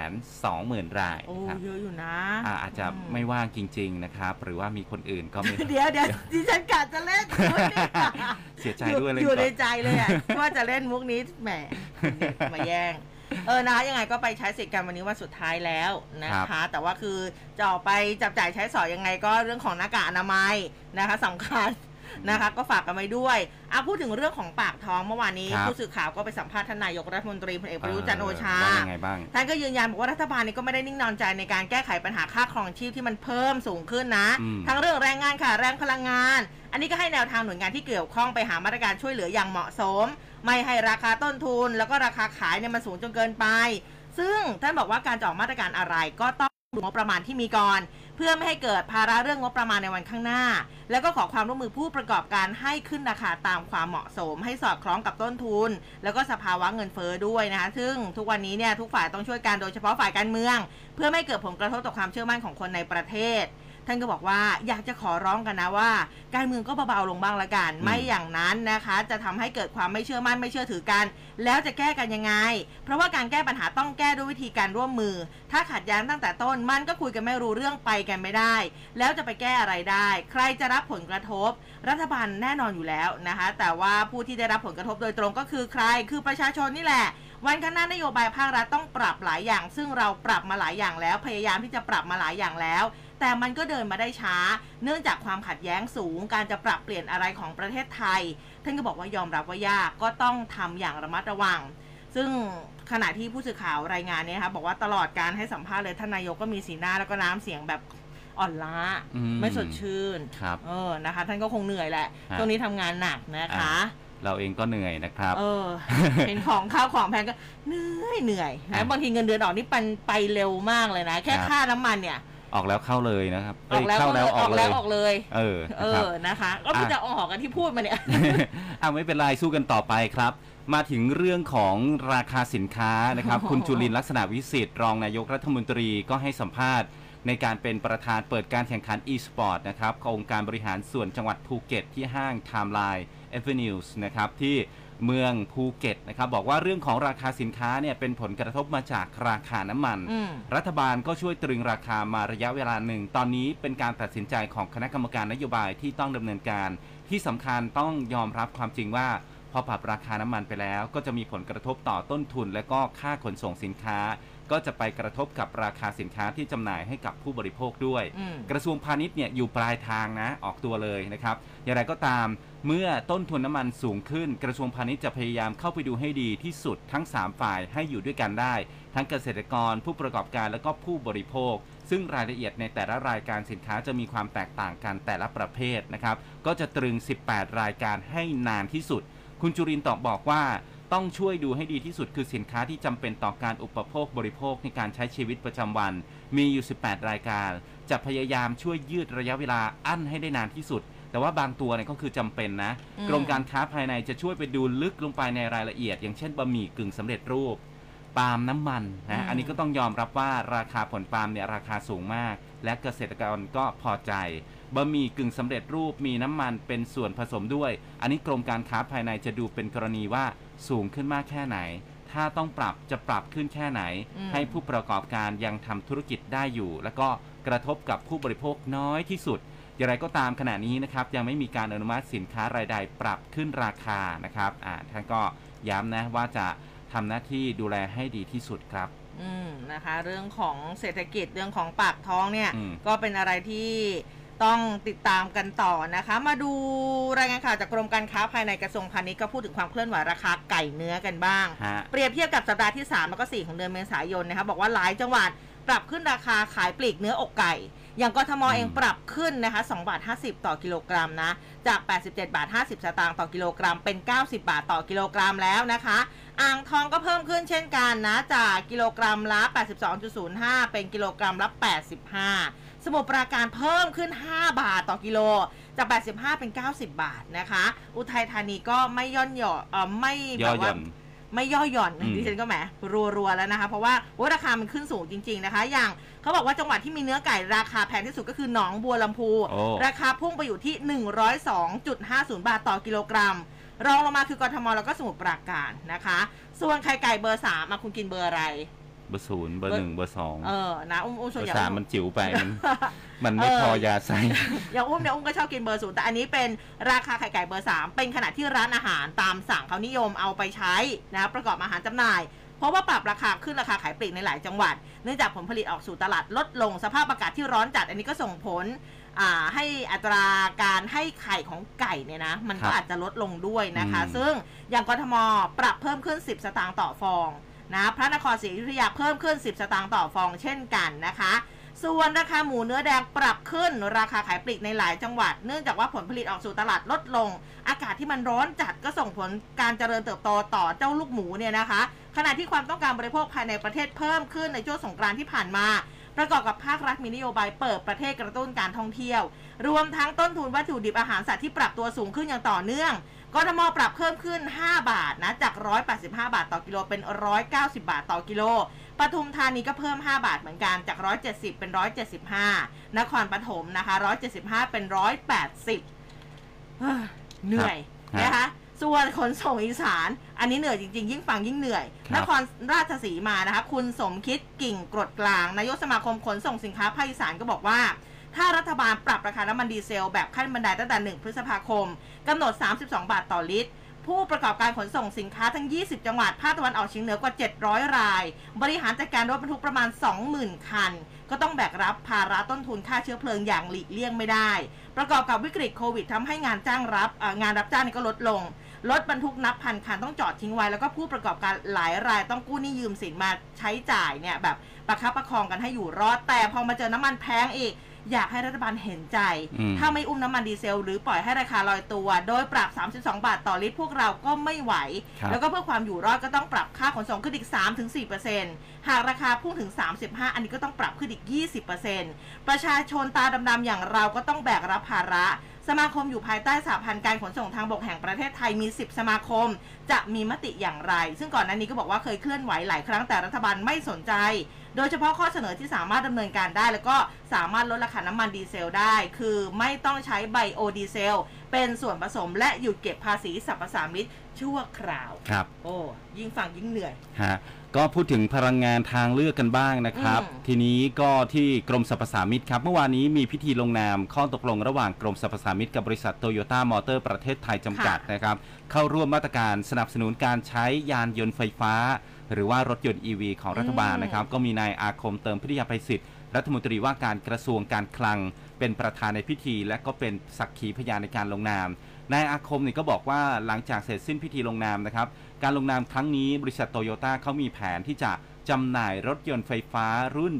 120,000 รายโอ้เยอะอยู่นะอาจจะไม่ว่างจริงๆนะครับหรือว่ามีคนอื่นก็ไม่เดี๋ยวดิฉันกะจะเล่นมุกนี้เสียใจด้วยเลยอยู่ในใจเลยอ่ะว่าจะเล่นมุกนี้แหมมาแย่งนะคะยังไงก็ไปใช้สิทธิ์กันวันนี้วันสุดท้ายแล้วนะคะแต่ว่าคือจะออกไปจับจ่ายใช้สอยยังไงก็เรื่องของหน้ากากอนามัยนะคะสำคัญนะคะก็ฝากกันไว้ด้วยพูดถึงเรื่องของปากท้องเมื่อวานนี้ผู้สื่อข่าวก็ไปสัมภาษณ์ท่านนายกรัฐมนตรีพลเอกประยุทธ์จันทร์โอชาท่านก็ยืนยันบอกว่ารัฐบาลนี้ก็ไม่ได้นิ่งนอนใจในการแก้ไขปัญหาค่าครองชีพที่มันเพิ่มสูงขึ้นนะทั้งเรื่องแรงงานค่ะแรงพลังงานอันนี้ก็ให้แนวทางหน่วยงานที่เกี่ยวข้องไปหามาตรการช่วยเหลืออย่างเหมาะสมไม่ให้ราคาต้นทุนแล้วก็ราคาขายเนี่ยมันสูงจนเกินไปซึ่งท่านบอกว่าการจะออกมาตรการอะไรก็ต้องดูงบประมาณที่มีก่อนเพื่อไม่ให้เกิดภาระเรื่องงบประมาณในวันข้างหน้าแล้วก็ขอความร่วมมือผู้ประกอบการให้ขึ้นราคาตามความเหมาะสมให้สอดคล้องกับต้นทุนแล้วก็สภาวะเงินเฟ้อด้วยนะคะซึ่งทุกวันนี้เนี่ยทุกฝ่ายต้องช่วยกันโดยเฉพาะฝ่ายการเมืองเพื่อไม่เกิดผลกระทบต่อความเชื่อมั่นของคนในประเทศท่านก็บอกว่าอยากจะขอร้องกันนะว่าการเมืองก็เบาๆลงบ้างละกันไม่อย่างนั้นนะคะจะทำให้เกิดความไม่เชื่อมั่นไม่เชื่อถือกันแล้วจะแก้กันยังไงเพราะว่าการแก้ปัญหาต้องแก้ด้วยวิธีการร่วมมือถ้าขัดแย้งตั้งแต่ต้นมันก็คุยกันไม่รู้เรื่องไปกันไม่ได้แล้วจะไปแก้อะไรได้ใครจะรับผลกระทบรัฐบาลแน่นอนอยู่แล้วนะคะแต่ว่าผู้ที่ได้รับผลกระทบโดยตรงก็คือใครคือประชาชนนี่แหละวันข้างหน้านโยบายภาครัฐต้องปรับหลายอย่างซึ่งเราปรับมาหลายอย่างแล้วพยายามที่จะปรับมาหลายอย่างแล้วแต่มันก็เดินมาได้ช้าเนื่องจากความขัดแย้งสูงการจะปรับเปลี่ยนอะไรของประเทศไทยท่านก็บอกว่ายอมรับว่ายากก็ต้องทำอย่างระมัดระวังซึ่งขณะที่ผู้สื่อข่าวรายงานเนี่ยนะคะบอกว่าตลอดการให้สัมภาษณ์เลยท่านนายกก็มีสีหน้าแล้วก็น้ำเสียงแบบอ่อนล้าไม่สดชื่นนะคะท่านก็คงเหนื่อยแหละช่วงนี้ทำงานหนักนะคะเราเองก็เหนื่อยนะครับเห็นของข้าวของแพงก็เหนื่อยนะบางทีเงินเดือนออกนี่ไปเร็วมากเลยนะแค่ค่าน้ำมันเนี่ยออกแล้วเข้าเลยนะครับเข้าแล้วออกเลยนะคะก็พี่จะออกกันที่พูดมาเนี่ยไม่เป็นไรสู้กันต่อไปครับมาถึงเรื่องของราคาสินค้านะครับคุณจุลินทร์ลักษณะวิสิทธิ์รองนายกรัฐมนตรีก็ให้สัมภาษณ์ในการเป็นประธานเปิดการแข่งขัน e-sport นะครับขององค์การบริหารส่วนจังหวัดภูเก็ตที่ห้าง Timeline Avenues นะครับที่เมืองภูเก็ตนะครับบอกว่าเรื่องของราคาสินค้าเนี่ยเป็นผลกระทบมาจากราคาน้ำมันรัฐบาลก็ช่วยตรึงราคามาระยะเวลาหนึ่งตอนนี้เป็นการตัดสินใจของคณะกรรมการนโยบายที่ต้องดำเนินการที่สำคัญต้องยอมรับความจริงว่าพอปรับราคาน้ำมันไปแล้วก็จะมีผลกระทบต่อต้นทุนและก็ค่าขนส่งสินค้าก็จะไปกระทบกับราคาสินค้าที่จำหน่ายให้กับผู้บริโภคด้วยกระทรวงพาณิชย์เนี่ยอยู่ปลายทางนะออกตัวเลยนะครับอย่างไรก็ตามเมื่อต้นทุนน้ำมันสูงขึ้นกระทรวงพาณิชย์จะพยายามเข้าไปดูให้ดีที่สุดทั้ง3ฝ่ายให้อยู่ด้วยกันได้ทั้งเกษตรกรผู้ประกอบการและก็ผู้บริโภคซึ่งรายละเอียดในแต่ละรายการสินค้าจะมีความแตกต่างกันแต่ละประเภทนะครับก็จะตรึง18รายการให้นานที่สุดคุณจุรินทร์บอกว่าต้องช่วยดูให้ดีที่สุดคือสินค้าที่จำเป็นต่อการอุปโภคบริโภคในการใช้ชีวิตประจำวันมีอยู่18รายการจะพยายามช่วยยืดระยะเวลาอั้นให้ได้นานที่สุดแต่ว่าบางตัวเนี่ยก็คือจำเป็นนะกรมการค้าภายในจะช่วยไปดูลึกลงไปในรายละเอียดอย่างเช่นบะหมี่กึ่งสำเร็จรูปปาล์มน้ำมันนะอันนี้ก็ต้องยอมรับว่าราคาผลปาล์มเนี่ยราคาสูงมากและเกษตรกรก็พอใจบะหมี่กึ่งสำเร็จรูปมีน้ำมันเป็นส่วนผสมด้วยอันนี้กรมการค้าภายในจะดูเป็นกรณีว่าสูงขึ้นมากแค่ไหนถ้าต้องปรับจะปรับขึ้นแค่ไหนให้ผู้ประกอบการยังทำธุรกิจได้อยู่แล้วก็กระทบกับผู้บริโภคน้อยที่สุดอย่างไรก็ตามขณะนี้นะครับยังไม่มีการอนุมัติสินค้ารายใดปรับขึ้นราคานะครับท่านก็ย้ำนะว่าจะทำหน้าที่ดูแลให้ดีที่สุดครับนะคะเรื่องของเศรษฐกิจเรื่องของปากท้องเนี่ยก็เป็นอะไรที่ต้องติดตามกันต่อนะคะมาดูรายงานข่าวจากกรมการค้าภายในกระทรวงพาณิชย์ก็พูดถึงความเคลื่อนไหวราคาไก่เนื้อกันบ้างเปรียบเทียบกับสัปดาห์ที่3แล้วก็4ของเดือนเมษายนนะคะบอกว่าหลายจังหวัดปรับขึ้นราคาขายปลีกเนื้ออกไก่อย่างกทมเองปรับขึ้นนะคะ2.50 บาทต่อกิโลกรัมนะจาก87.50 บาทต่อกิโลกรัมเป็น90 บาทต่อกิโลกรัมแล้วนะคะอ่างทองก็เพิ่มขึ้นเช่นกันนะจากกิโลกรัมละ 82.05 เป็นกิโลกรัมละ 85สมุทรปราการเพิ่มขึ้น5 บาทต่อกิโลจาก85เป็น90 บาทนะคะอุทัยธานีก็ไม่ย่อหย่อนไม่แบบว่าไม่ย่อหย่อนดิฉันก็แหมรัวๆแล้วนะคะเพราะว่าราคามันขึ้นสูงจริงๆนะคะอย่างเขาบอกว่าจังหวัดที่มีเนื้อไก่ราคาแพงที่สุดก็คือหนองบัวลำพูราคาพุ่งไปอยู่ที่ 102.50 บาทต่อกิโลกรัมรองลงมาคือกทมแล้วก็สมุทรปราการนะคะส่วนไข่ไก่เบอร์3คุณกินเบอร์อะไรเบอร์0เบอร์1เบอร์2 นะอุ้มส่วนใหญ่ 3มันจิ๋วไปมันไม่พอยาใส่อย่างอุ้มเนี่ยอุ้มก็ชอบกินเบอร์0แต่อันนี้เป็นราคาไข่ไก่เบอร์3เป็นขณะที่ร้านอาหารตามสั่งเขานิยมเอาไปใช้นะประกอบอาหารจำหน่ายเพราะว่าปรับราคาขึ้นราคาขายปลีกในหลายจังหวัดเนื่องจากผลผลิตออกสู่ตลาดลดลงสภาพอากาศที่ร้อนจัดอันนี้ก็ส่งผลให้อัตราการให้ไข่ของไก่เนี่ยนะมันก็อาจจะลดลงด้วยนะคะซึ่งอย่างกทมปรับเพิ่มขึ้น10 สตางค์ต่อฟองนะพระนครศรีอยุธยาเพิ่มขึ้น10 สตางค์ต่อฟองเช่นกันนะคะส่วนราคาหมูเนื้อแดงปรับขึ้นราคาขายปลีกในหลายจังหวัดเนื่องจากว่าผลผลิตออกสู่ตลาดลดลงอากาศที่มันร้อนจัดก็ส่งผลการเจริญเติบโตต่อเจ้าลูกหมูเนี่ยนะคะขณะที่ความต้องการบริโภคภายในประเทศเพิ่มขึ้นในช่วงสงกรานต์ที่ผ่านมาประกอบกับภาครัฐมีนโยบายเปิดประเทศกระตุ้นการท่องเที่ยวรวมทั้งต้นทุนวัตถุดิบอาหารสัตว์ที่ปรับตัวสูงขึ้นอย่างต่อเนื่องกทมปรับเพิ่มขึ้น5 บาทนะจาก185 บาทต่อกิโลเป็น190 บาทต่อกิโลปทุมธานีก็เพิ่ม5 บาทเหมือนกันจาก170เป็น175นครปฐมนะคะ175เป็น180เหนื่อยนะคะส่วนขนส่งอีสานอันนี้เหนื่อยจริงๆยิ่งฟังยิ่งเหนื่อยนครราชสีมานะคะคุณสมคิดกิ่งกรดกลางนายกสมาคมขนส่งสินค้าภาคอีสานก็บอกว่าถ้ารัฐบาลปรับราคาน้ำมันดีเซลแบบขั้นบันไดตั้งแต่1 พฤษภาคมกำหนด32 บาทต่อลิตรผู้ประกอบการขนส่งสินค้าทั้ง20 จังหวัดภาคตะวันออกเฉียงเหนือกว่า700 รายบริหารจัดการรถบรรทุกประมาณ 20,000 คันก็ต้องแบกรับภาระต้นทุนค่าเชื้อเพลิงอย่างหลีกเลี่ยงไม่ได้ประกอบกับวิกฤตโควิดทำให้งานรับจ้างก็ลดลงรถบรรทุกนับพันคันต้องจอดทิ้งไว้แล้วก็ผู้ประกอบการหลายรายต้องกู้หนี้ยืมสินมาใช้จ่ายเนี่ยแบบประคับประคองกันให้อยู่รอดแต่พอมาเจอน้ำมันแพงอีกอยากให้รัฐบาลเห็นใจถ้าไม่อุ้มน้ำมันดีเซลหรือปล่อยให้ราคาลอยตัวโดยปรับ32 บาทต่อลิตรพวกเราก็ไม่ไหวแล้วก็เพื่อความอยู่รอดก็ต้องปรับค่าขนส่งขึ้นอีก 3-4% หากราคาพุ่งถึง35อันนี้ก็ต้องปรับขึ้นอีก 20% ประชาชนตาดำๆอย่างเราก็ต้องแบกรับภาระสมาคมอยู่ภายใต้สหพันธ์การขนส่งทางบกแห่งประเทศไทยมี10 สมาคมจะมีมติอย่างไรซึ่งก่อนหน้านี้ก็บอกว่าเคยเคลื่อนไหวหลายครั้งแต่รัฐบาลไม่สนใจโดยเฉพาะข้อเสนอที่สามารถดำเนินการได้แล้วก็สามารถลดราคาน้ำมันดีเซลได้คือไม่ต้องใช้ไบโอดีเซลเป็นส่วนผสมและหยุดเก็บภาษีสรรพสามิตชั่วคราวครับโอ้ยิ่งฟังยิ่งเหนื่อยฮะก็พูดถึงพลังงานทางเลือกกันบ้างนะครับทีนี้ก็ที่กรมสรรพสามิตครับเมื่อวานนี้มีพิธีลงนามข้อตกลงระหว่างกรมสรรพสามิตกับบริษัทโตโยต้ามอเตอร์ประเทศไทยจำกัดนะครับเข้าร่วมมาตรการสนับสนุนการใช้ยานยนต์ไฟฟ้าหรือว่ารถยนต์ EV ของรัฐบาลนะครับก็มีนายอาคมเติมพิทยาภัยศิษย์รัฐมนตรีว่าการกระทรวงการคลังเป็นประธานในพิธีและก็เป็นสักขีพยานในการลงนามนายอาคมนี่ก็บอกว่าหลังจากเสร็จสิ้นพิธีลงนามนะครับการลงนามครั้งนี้บริษัทโตโยต้าเขามีแผนที่จะจำหน่ายรถยนต์ไฟฟ้ารุ่น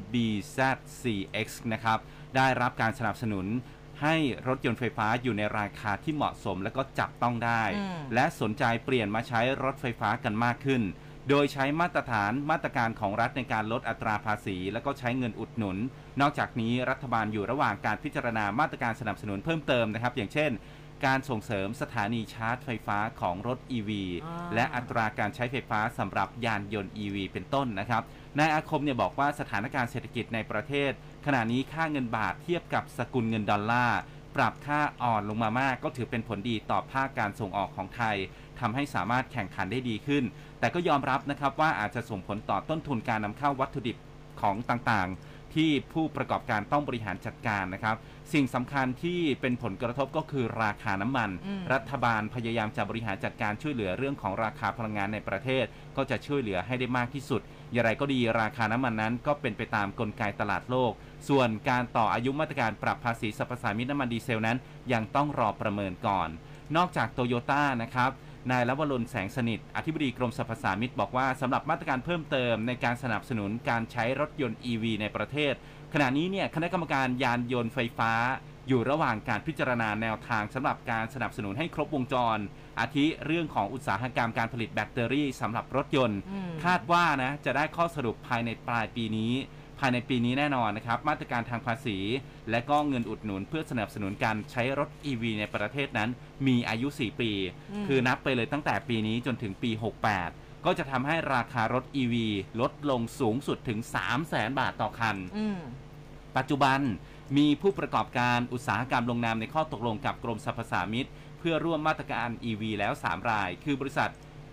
BZ4X นะครับได้รับการสนับสนุนให้รถยนต์ไฟฟ้าอยู่ในราคาที่เหมาะสมและก็จับต้องได้และสนใจเปลี่ยนมาใช้รถไฟฟ้ากันมากขึ้นโดยใช้มาตรการของรัฐในการลดอัตราภาษีและก็ใช้เงินอุดหนุนนอกจากนี้รัฐบาลอยู่ระหว่างการพิจารณามาตรการสนับสนุนเพิ่มเติมนะครับอย่างเช่นการส่งเสริมสถานีชาร์จไฟฟ้าของรถ EV และอัตราการใช้ไฟฟ้าสำหรับยานยนต์ EV เป็นต้นนะครับนายอาคมเนี่ยบอกว่าสถานการณ์เศรษฐกิจในประเทศขณะนี้ค่าเงินบาทเทียบกับสกุลเงินดอลลาร์ปรับค่าอ่อนลงมามากก็ถือเป็นผลดีต่อภาคการส่งออกของไทยทำให้สามารถแข่งขันได้ดีขึ้นแต่ก็ยอมรับนะครับว่าอาจจะส่งผลต่อต้นทุนการนำเข้าวัตถุดิบของต่างๆที่ผู้ประกอบการต้องบริหารจัดการนะครับสิ่งสำคัญที่เป็นผลกระทบก็คือราคาน้ำมันรัฐบาลพยายามจะบริหารจัดการช่วยเหลือเรื่องของราคาพลังงานในประเทศก็จะช่วยเหลือให้ได้มากที่สุดอย่างไรก็ดีราคาน้ำมันนั้นก็เป็นไปตามกลไกตลาดโลกส่วนการต่ออายุมาตรการปรับภาษีสรรพสามิตน้ำมันดีเซลนั้นยังต้องรอประเมินก่อนนอกจากโตโยต้านะครับนายลวรนแสงสนิทอธิบดีกรมสรรพสามิตบอกว่าสำหรับมาตรการเพิ่มเติมในการสนับสนุนการใช้รถยนต์ EV ในประเทศขณะนี้เนี่ยคณะกรรมการยานยนต์ไฟฟ้าอยู่ระหว่างการพิจารณาแนวทางสำหรับการสนับสนุนให้ครบวงจรอาทิเรื่องของอุตสาหกรรมการผลิตแบตเตอรี่สำหรับรถยนต์คาดว่านะจะได้ข้อสรุปภายในปลายปีนี้แน่นอนนะครับมาตรการทางภาษีและก็เงินอุดหนุนเพื่อสนับสนุนการใช้รถ EV ในประเทศนั้นมีอายุ4 ปีคือนับไปเลยตั้งแต่ปีนี้จนถึงปี68 ก็จะทำให้ราคารถ EV ลดลงสูงสุดถึง 300,000 บาทต่อคันปัจจุบันมีผู้ประกอบการอุตสาหกรรมลงนามในข้อตกลงกับกรมสรรพสามิตเพื่อร่วมมาตรการ EV แล้ว3 รายคือบริษัท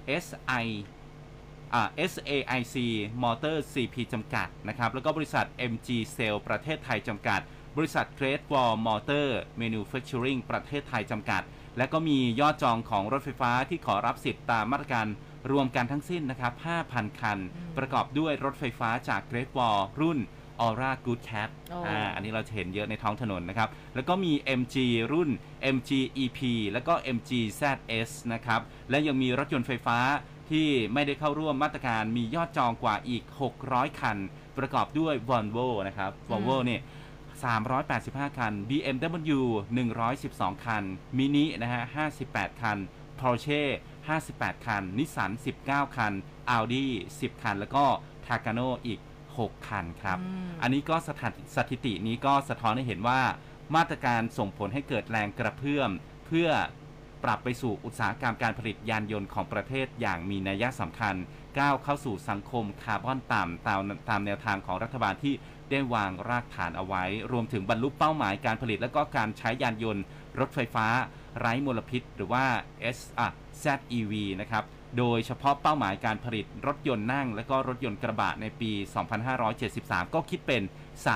SAIC Motor CP จำกัดนะครับแล้วก็บริษัท MG Cell ประเทศไทยจำกัดบริษัท Great Wall Motor Manufacturing ประเทศไทยจำกัดและก็มียอดจองของรถไฟฟ้าที่ขอรับสิทธิ์ตามมาตรการรวมกันทั้งสิ้นนะครับ 5,000 คันประกอบด้วยรถไฟฟ้าจาก Great Wall รุ่น Aura Good Cat อันนี้เราจะเห็นเยอะในท้องถนนนะครับแล้วก็มี MG รุ่น MG EP แล้วก็ MG ZS นะครับและยังมีรถยนต์ไฟฟ้าที่ไม่ได้เข้าร่วมมาตรการมียอดจองกว่าอีก600 คันประกอบด้วย Volvo นะครับ Volvo เนี่ย385 คัน BMW 112 คัน Mini นะฮะ58 คัน Porsche 58 คัน Nissan 19 คัน Audi 10 คันแล้วก็ Taycan อีก6 คันครับอันนี้ก็สถิตินี้ก็สะท้อนให้เห็นว่ามาตรการส่งผลให้เกิดแรงกระเพื่อมเพื่อปรับไปสู่อุตสาหกรรมการผลิตยานยนต์ของประเทศอย่างมีนัยสำคัญก้าวเข้าสู่สังคมคาร์บอนต่ำตามแนวทางของรัฐบาลที่ได้วางรากฐานเอาไว้รวมถึงบรรลุเป้าหมายการผลิตและก็การใช้ยานยนต์รถไฟฟ้าไร้มลพิษหรือว่า ZEV นะครับโดยเฉพาะเป้าหมายการผลิตรถยนต์นั่งและก็รถยนต์กระบะในปี 2573 ก็คิดเป็น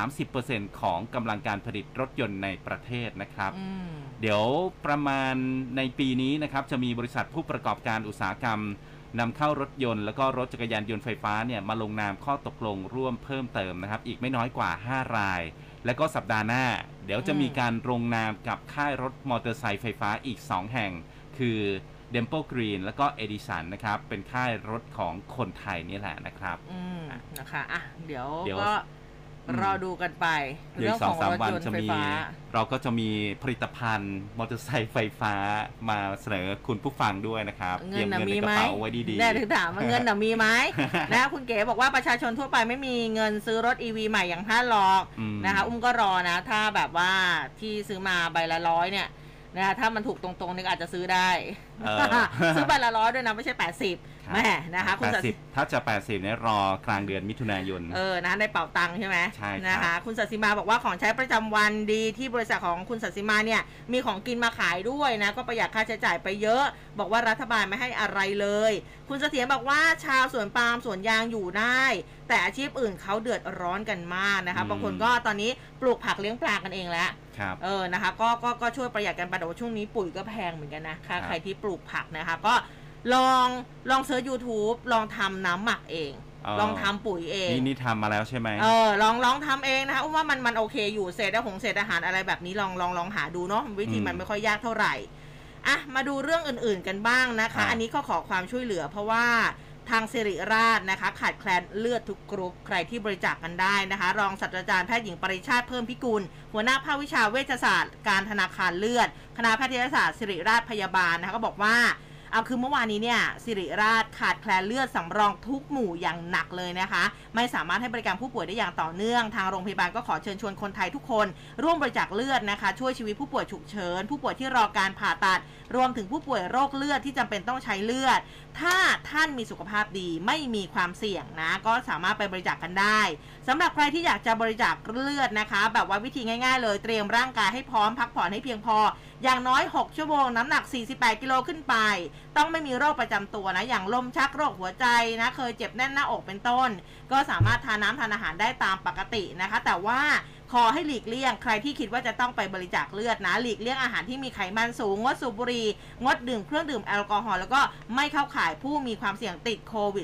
30% ของกำลังการผลิตรถยนต์ในประเทศนะครับเดี๋ยวประมาณในปีนี้นะครับจะมีบริษัทผู้ประกอบการอุตสาหกรรมนำเข้ารถยนต์แล้วก็รถจักรยานยนต์ไฟฟ้าเนี่ยมาลงนามข้อตกลงร่วมเพิ่มเติมนะครับอีกไม่น้อยกว่า 5 รายและก็สัปดาห์หน้าเดี๋ยวจะมีการลงนามกับค่ายรถมอเตอร์ไซค์ไฟฟ้าอีก2 แห่งคือเดมโปกรีนแล้วก็เอดิสันนะครับเป็นค่ายรถของคนไทยนี่แหละนะครับนะคะอ่ะเดี๋ยวก็รอดูกันไปเรื่องของรถยนต์ไฟฟ้าเราก็จะมีผลิตภัณฑ์มอเตอร์ไซค์ไฟฟ้ามาเสนอคุณผู้ฟังด้วยนะครับเงินมีไหมไว้ดีๆแน่ถึงถามว่าเงินมีไหมนะคุณเก๋บอกว่าประชาชนทั่วไปไม่มีเงินซื้อรถ EV ใหม่อย่างท่านหรอกนะคะก็รอนะถ้าแบบว่าที่ซื้อมาใบละ100เนี่ยนะถ้ามันถูกตรงๆนี่อาจจะซื้อได้ซื้อใบละ100ด้วยนะไม่ใช่80แม่นะคะคุณ 80ถ้าจะ80เนี่ยรอกลางเดือนมิถุนายนนะได้เป่าตังค์ใช่ไหมใช่นะคะคุณศศิมาบอกว่าของใช้ประจำวันดีที่บริษัทของคุณศศิมาเนี่ยมีของกินมาขายด้วยนะก็ประหยัดค่าใช้จ่ายไปเยอะบอกว่ารัฐบาลไม่ให้อะไรเลยคุณเสถียรบอกว่าชาวสวนปาล์มสวนยางอยู่ได้แต่อาชีพอื่นเขาเดือดร้อนกันมากนะคะบางคนก็ตอนนี้ปลูกผักเลี้ยงปลากันเองแล้วนะคะก็ช่วยประหยัดกันไปแต่ว่าช่วงนี้ปุ๋ยก็แพงเหมือนกันนะใครที่ปลูกผักนะคะก็ลองเซิร์ช YouTube ลองทำน้ำหมักเองลองทำปุ๋ยเองนี่ทำมาแล้วใช่ไหมลองทำเองนะคะว่ามันโอเคอยู่เศษอาหารอะไรแบบนี้ลองหาดูเนาะวิธีมันไม่ค่อยยากเท่าไหร่อ่ะมาดูเรื่องอื่นๆกันบ้างนะคะอันนี้ก็ขอความช่วยเหลือเพราะว่าทางศิริราชนะคะขาดแคลนเลือดทุกกรุ๊ปใครที่บริจาค กันได้นะคะรองศาสตราจารย์แพทย์หญิงปริชาติเพิ่มพิกุลหัวหน้าภาควิชาเวชศาสตร์การธนาคารเลือดคณะแพทยศาสตร์ศิริราชพยาบาลนะคะก็บอกว่าคือเมื่อวานนี้เนี่ยศิริราชขาดแคลนเลือดสำรองทุกหมู่อย่างหนักเลยนะคะไม่สามารถให้บริการผู้ป่วยได้อย่างต่อเนื่องทางโรงพยาบาลก็ขอเชิญชวนคนไทยทุกคนร่วมบริจาคเลือดนะคะช่วยชีวิตผู้ป่วยฉุกเฉินผู้ป่วยที่รอการผ่าตัดรวมถึงผู้ป่วยโรคเลือดที่จำเป็นต้องใช้เลือดถ้าท่านมีสุขภาพดีไม่มีความเสี่ยงนะก็สามารถไปบริจาค กันได้สำหรับใครที่อยากจะบริจาคเลือดนะคะแบบว่าวิธีง่ายๆเลยเตรียมร่างกายให้พร้อมพักผ่อนให้เพียงพออย่างน้อย6ชั่วโมงน้ำหนัก48กิโลขึ้นไปต้องไม่มีโรคประจำตัวนะอย่างลมชักโรคหัวใจนะเคยเจ็บแน่นหน้าอกเป็นต้นก็สามารถทานน้ำทานอาหารได้ตามปกตินะคะแต่ว่าขอให้หลีกเลี่ยงใครที่คิดว่าจะต้องไปบริจาคเลือดนะหลีกเลี่ยงอาหารที่มีไขมันสูงงดสูบบุหรี่งดดื่มเครื่องดื่มแอลกอฮอล์แล้วก็ไม่เข้าข่ายผู้มีความเสี่ยงติดโควิด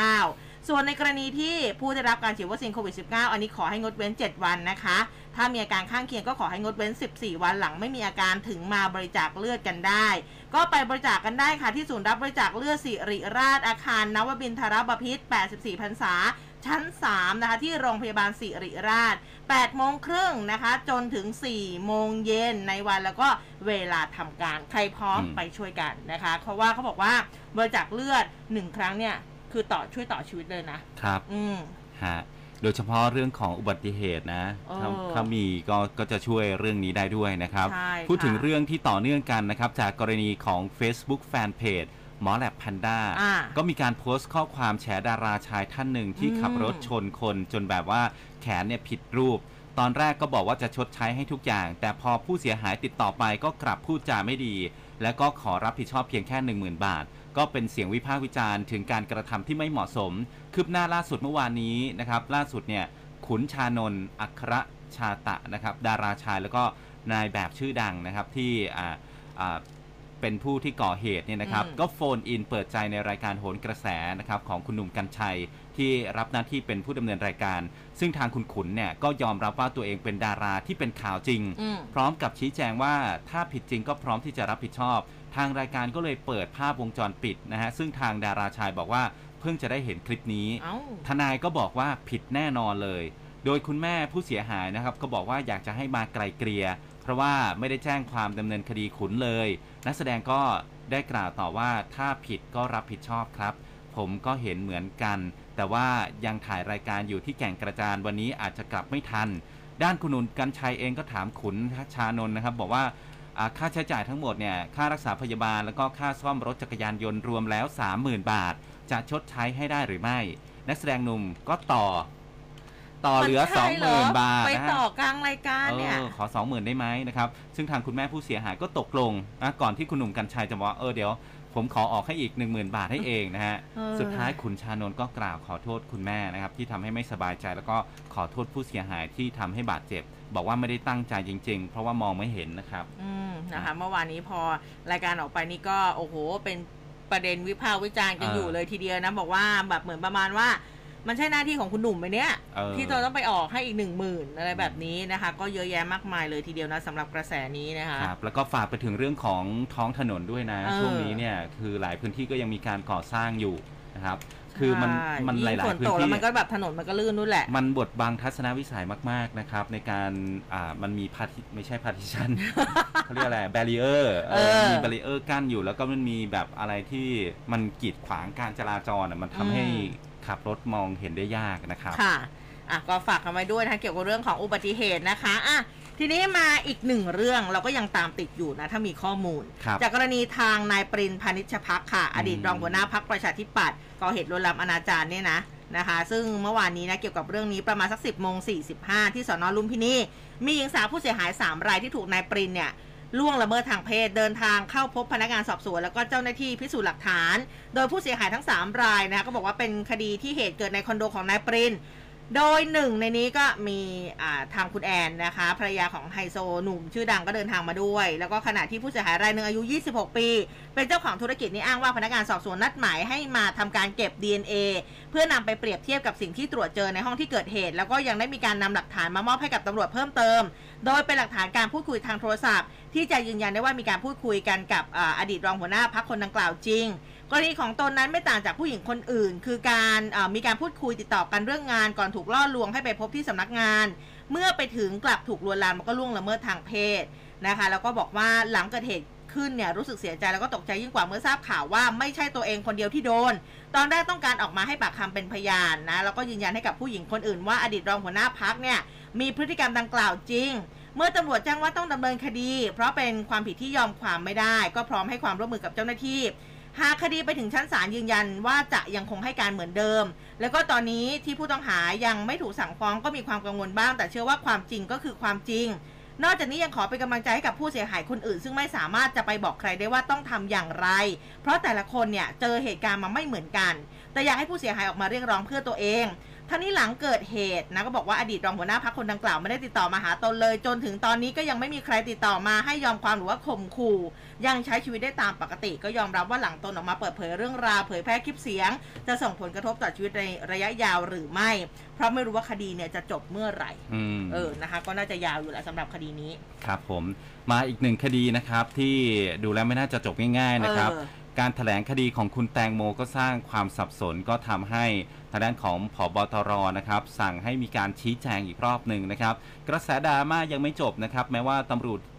-19 ส่วนในกรณีที่ผู้ได้รับการฉีดวัคซีนโควิด -19 อันนี้ขอให้งดเว้น7วันนะคะถ้ามีอาการข้างเคียงก็ขอให้งดเว้น14วันหลังไม่มีอาการถึงมาบริจาคเลือดกันได้ก็ไปบริจาคกันได้ค่ะที่ศูนย์รับบริจาคเลือดศิริราชอาคารนวมินทรบพิตร84พรรษาชั้น3นะคะที่โรงพยาบาลศิริราช8 โมงครึ่งนะคะจนถึง4 โมงเย็นในวันแล้วก็เวลาทำการใครพร้อมไปช่วยกันนะคะเพราะว่าเขาบอกว่าบริจาคเลือด1ครั้งเนี่ยคือช่วยต่อชีวิตเลยนะครับฮะโดยเฉพาะเรื่องของอุบัติเหตุนะถ้ามีก็จะช่วยเรื่องนี้ได้ด้วยนะครับพูดถึงเรื่องที่ต่อเนื่องกันนะครับจากกรณีของ Facebook Fanpage หหมอแลบแพนด้าก็มีการโพสต์ข้อความแฉดาราชายท่านหนึ่งที่ขับรถชนคนจนแบบว่าแขนเนี่ยผิดรูปตอนแรกก็บอกว่าจะชดใช้ให้ทุกอย่างแต่พอผู้เสียหายติดต่อไปก็กลับพูดจาไม่ดีและก็ขอรับผิดชอบเพียงแค่ 10,000 บาทก็เป็นเสียงวิพากษ์วิจารณ์ถึงการกระทำที่ไม่เหมาะสมคืบหน้าล่าสุดเมื่อวานนี้นะครับล่าสุดเนี่ยขุนชานนท์อัครชาตะนะครับดาราชายแล้วก็นายแบบชื่อดังนะครับที่เป็นผู้ที่ก่อเหตุเนี่ยนะครับก็โฟนอินเปิดใจในรายการโหนกระแสนะครับของคุณหนุ่มกรรชัยที่รับหน้าที่เป็นผู้ดำเนินรายการซึ่งทางคุณขุนเนี่ยก็ยอมรับว่าตัวเองเป็นดาราที่เป็นข่าวจริงพร้อมกับชี้แจงว่าถ้าผิดจริงก็พร้อมที่จะรับผิดชอบทางรายการก็เลยเปิดภาพวงจรปิดนะฮะซึ่งทางดาราชายบอกว่าเพิ่งจะได้เห็นคลิปนี้ทนายก็บอกว่าผิดแน่นอนเลยโดยคุณแม่ผู้เสียหายนะครับก็บอกว่าอยากจะให้มาไกลเกลี่ยเพราะว่าไม่ได้แจ้งความดำเนินคดีขุนเลยนักแสดงก็ได้กล่าวต่อว่าถ้าผิดก็รับผิดชอบครับผมก็เห็นเหมือนกันแต่ว่ายังถ่ายรายการอยู่ที่แก่งกระจานวันนี้อาจจะกลับไม่ทันด้านคุณหนุ่มกรรชัยเองก็ถามขุนชานนท์นะครับบอกว่าค่าใช้จ่ายทั้งหมดเนี่ยค่ารักษาพยาบาลแล้วก็ค่าซ่อมรถจักรยานยนต์รวมแล้ว 30,000 บาทจะชดใช้ให้ได้หรือไม่นักแสดงหนุ่มก็ต่อเหลือ 20,000 บาทไปต่อกลางรายการเนี่ยขอ 20,000 ได้ไหมนะครับซึ่งทางคุณแม่ผู้เสียหายก็ตกลงนะก่อนที่คุณหนุ่มกรรชัยจะบอกเดี๋ยวผมขอออกให้อีก 10,000 บาทให้เองนะฮะสุดท้ายขุนชานนท์ก็กล่าวขอโทษคุณแม่นะครับที่ทำให้ไม่สบายใจแล้วก็ขอโทษผู้เสียหายที่ทำให้บาดเจ็บบอกว่าไม่ได้ตั้งใจจริงๆเพราะว่ามองไม่เห็นนะครับนะคะเมื่อวานนี้พอรายการออกไปนี่ก็โอ้โหเป็นประเด็นวิพากษ์วิจารณ์กันอยู่เลยทีเดียวนะบอกว่าแบบเหมือนประมาณว่ามันใช่หน้าที่ของคุณหนุ่มไหมเนี่ยที่เราต้องไปออกให้อีก 10,000 อะไรแบบนี้นะคะก็เยอะแยะมากมายเลยทีเดียวนะสำหรับกระแสนี้นะคะครับแล้วก็ฝากไปถึงเรื่องของท้องถนนด้วยนะช่วงนี้เนี่ยคือหลายพื้นที่ก็ยังมีการก่อสร้างอยู่นะครับคือมันหลายๆพื้นที่แล้วมันก็แบบถนนมันก็ลื่นนู่นแหละมันบดบังทัศนวิสัยมากๆนะครับในการมันมีไม่ใช่พาร์ติชัน เขาเรียกอะไรแบรีเออร์มีแบรีเออร์กั้นอยู่แล้วก็มันมีแบบอะไรที่มันกีดขวางการจราจรมันทำให้ขับรถมองเห็นได้ยากนะครับค่ะก็ฝากกันไว้ด้วยนะเกี่ยวกับเรื่องของอุบัติเหตุนะคะทีนี้มาอีกหนึ่งเรื่องเราก็ยังตามติดอยู่นะถ้ามีข้อมูลจากกรณีทางนายปรินพานิชภักค่ะอดีตรองหัวหน้าพรรคประชาธิปัตย์ก่อเหตุลวนลามอนาจารเนี่ยนะคะซึ่งเมื่อวานนี้นะเกี่ยวกับเรื่องนี้ประมาณสัก 10:45 ที่สน.ลุมพินีมีหญิงสาวผู้เสียหาย3 รายที่ถูกนายปรินเนี่ยล่วงละเมิดทางเพศเดินทางเข้าพบพนักงานสอบสวนแล้วก็เจ้าหน้าที่พิสูจน์หลักฐานโดยผู้เสียหายทั้ง3 รายนะก็บอกว่าเป็นคดีที่เหตุเกิดในคอนโดของนายปรินโดยหนึ่งในนี้ก็มีทางคุณแอนนะคะภรรยาของไฮโซหนุ่มชื่อดังก็เดินทางมาด้วยแล้วก็ขณะที่ผู้เสียหายรายหนึ่งอายุ26 ปีเป็นเจ้าของธุรกิจนี้อ้างว่าพนักงานสอบสวนนัดหมายให้มาทำการเก็บ DNA เพื่อนำไปเปรียบเทียบกับสิ่งที่ตรวจเจอในห้องที่เกิดเหตุแล้วก็ยังได้มีการนำหลักฐานมามอบให้กับตำรวจเพิ่มเติมโดยเป็นหลักฐานการพูดคุยทางโทรศัพท์ที่จะยืนยันได้ว่ามีการพูดคุยกันกับอดีตรองหัวหน้าพรรคคนดังกล่าวจริงกรณีของตนนั้นไม่ต่างจากผู้หญิงคนอื่นคือการมีการพูดคุยติดต่อกันเรื่องงานก่อนถูกล่อลวงให้ไปพบที่สำนักงานเมื่อไปถึงกลับถูกลวนลามแล้วก็ล่วงละเมิดทางเพศนะคะแล้วก็บอกว่าหลังเกิดเหตุขึ้นเนี่ยรู้สึกเสียใจแล้วก็ตกใจยิ่งกว่าเมื่อทราบข่าวว่าไม่ใช่ตัวเองคนเดียวที่โดนตอนแรกต้องการออกมาให้ปากคำเป็นพยานนะแล้วก็ยืนยันให้กับผู้หญิงคนอื่นว่าอดีตรองหัวหน้าพรรคเนี่ยมีพฤติกรรมดังกล่าวจริงเมื่อตำรวจแจ้งว่าต้องดำเนินคดีเพราะเป็นความผิดที่ยอมความไม่ได้ก็พร้อมให้ความร่วมมือกับเจ้าหน้าที่หากคดีไปถึงชั้นศาลยืนยันว่าจะยังคงให้การเหมือนเดิมแล้วก็ตอนนี้ที่ผู้ต้องหายังไม่ถูกสั่งฟ้องก็มีความกังวลบ้างแต่เชื่อว่าความจริงก็คือความจริงนอกจากนี้ยังขอเป็นกำลังใจให้กับผู้เสียหายคนอื่นซึ่งไม่สามารถจะไปบอกใครได้ว่าต้องทำอย่างไรเพราะแต่ละคนเนี่ยเจอเหตุการณ์มาไม่เหมือนกันแต่อยากให้ผู้เสียหายออกมาเรียกร้องเพื่อตัวเองทั้งนี้หลังเกิดเหตุนะก็บอกว่าอดีตรองหัวหน้าพรรคคนดังกล่าวไม่ได้ติดต่อมาหาตนเลยจนถึงตอนนี้ก็ยังไม่มีใครติดต่อมาให้ยอมความหรือว่าข่มขู่ยังใช้ชีวิตได้ตามปกติก็ยอมรับว่าหลังตนออกมาเปิดเผยเรื่องราวเผยแพร่คลิปเสียงจะส่งผลกระทบต่อชีวิตในระยะยาวหรือไม่เพราะไม่รู้ว่าคดีเนี่ยจะจบเมื่อไหร่นะคะก็น่าจะยาวอยู่แหละสำหรับคดีนี้ครับผมมาอีกหนึ่งคดีนะครับที่ดูแล้วไม่น่าจะจบง่ายๆนะครับการแถลงคดีของคุณแตงโมก็สร้างความสับสนก็ทำให้ทางด้านของผบ.ตร.นะครับสั่งให้มีการชี้แจงอีกรอบหนึ่งนะครับกระแสดราม่ายังไม่จบนะครับแม้ว่า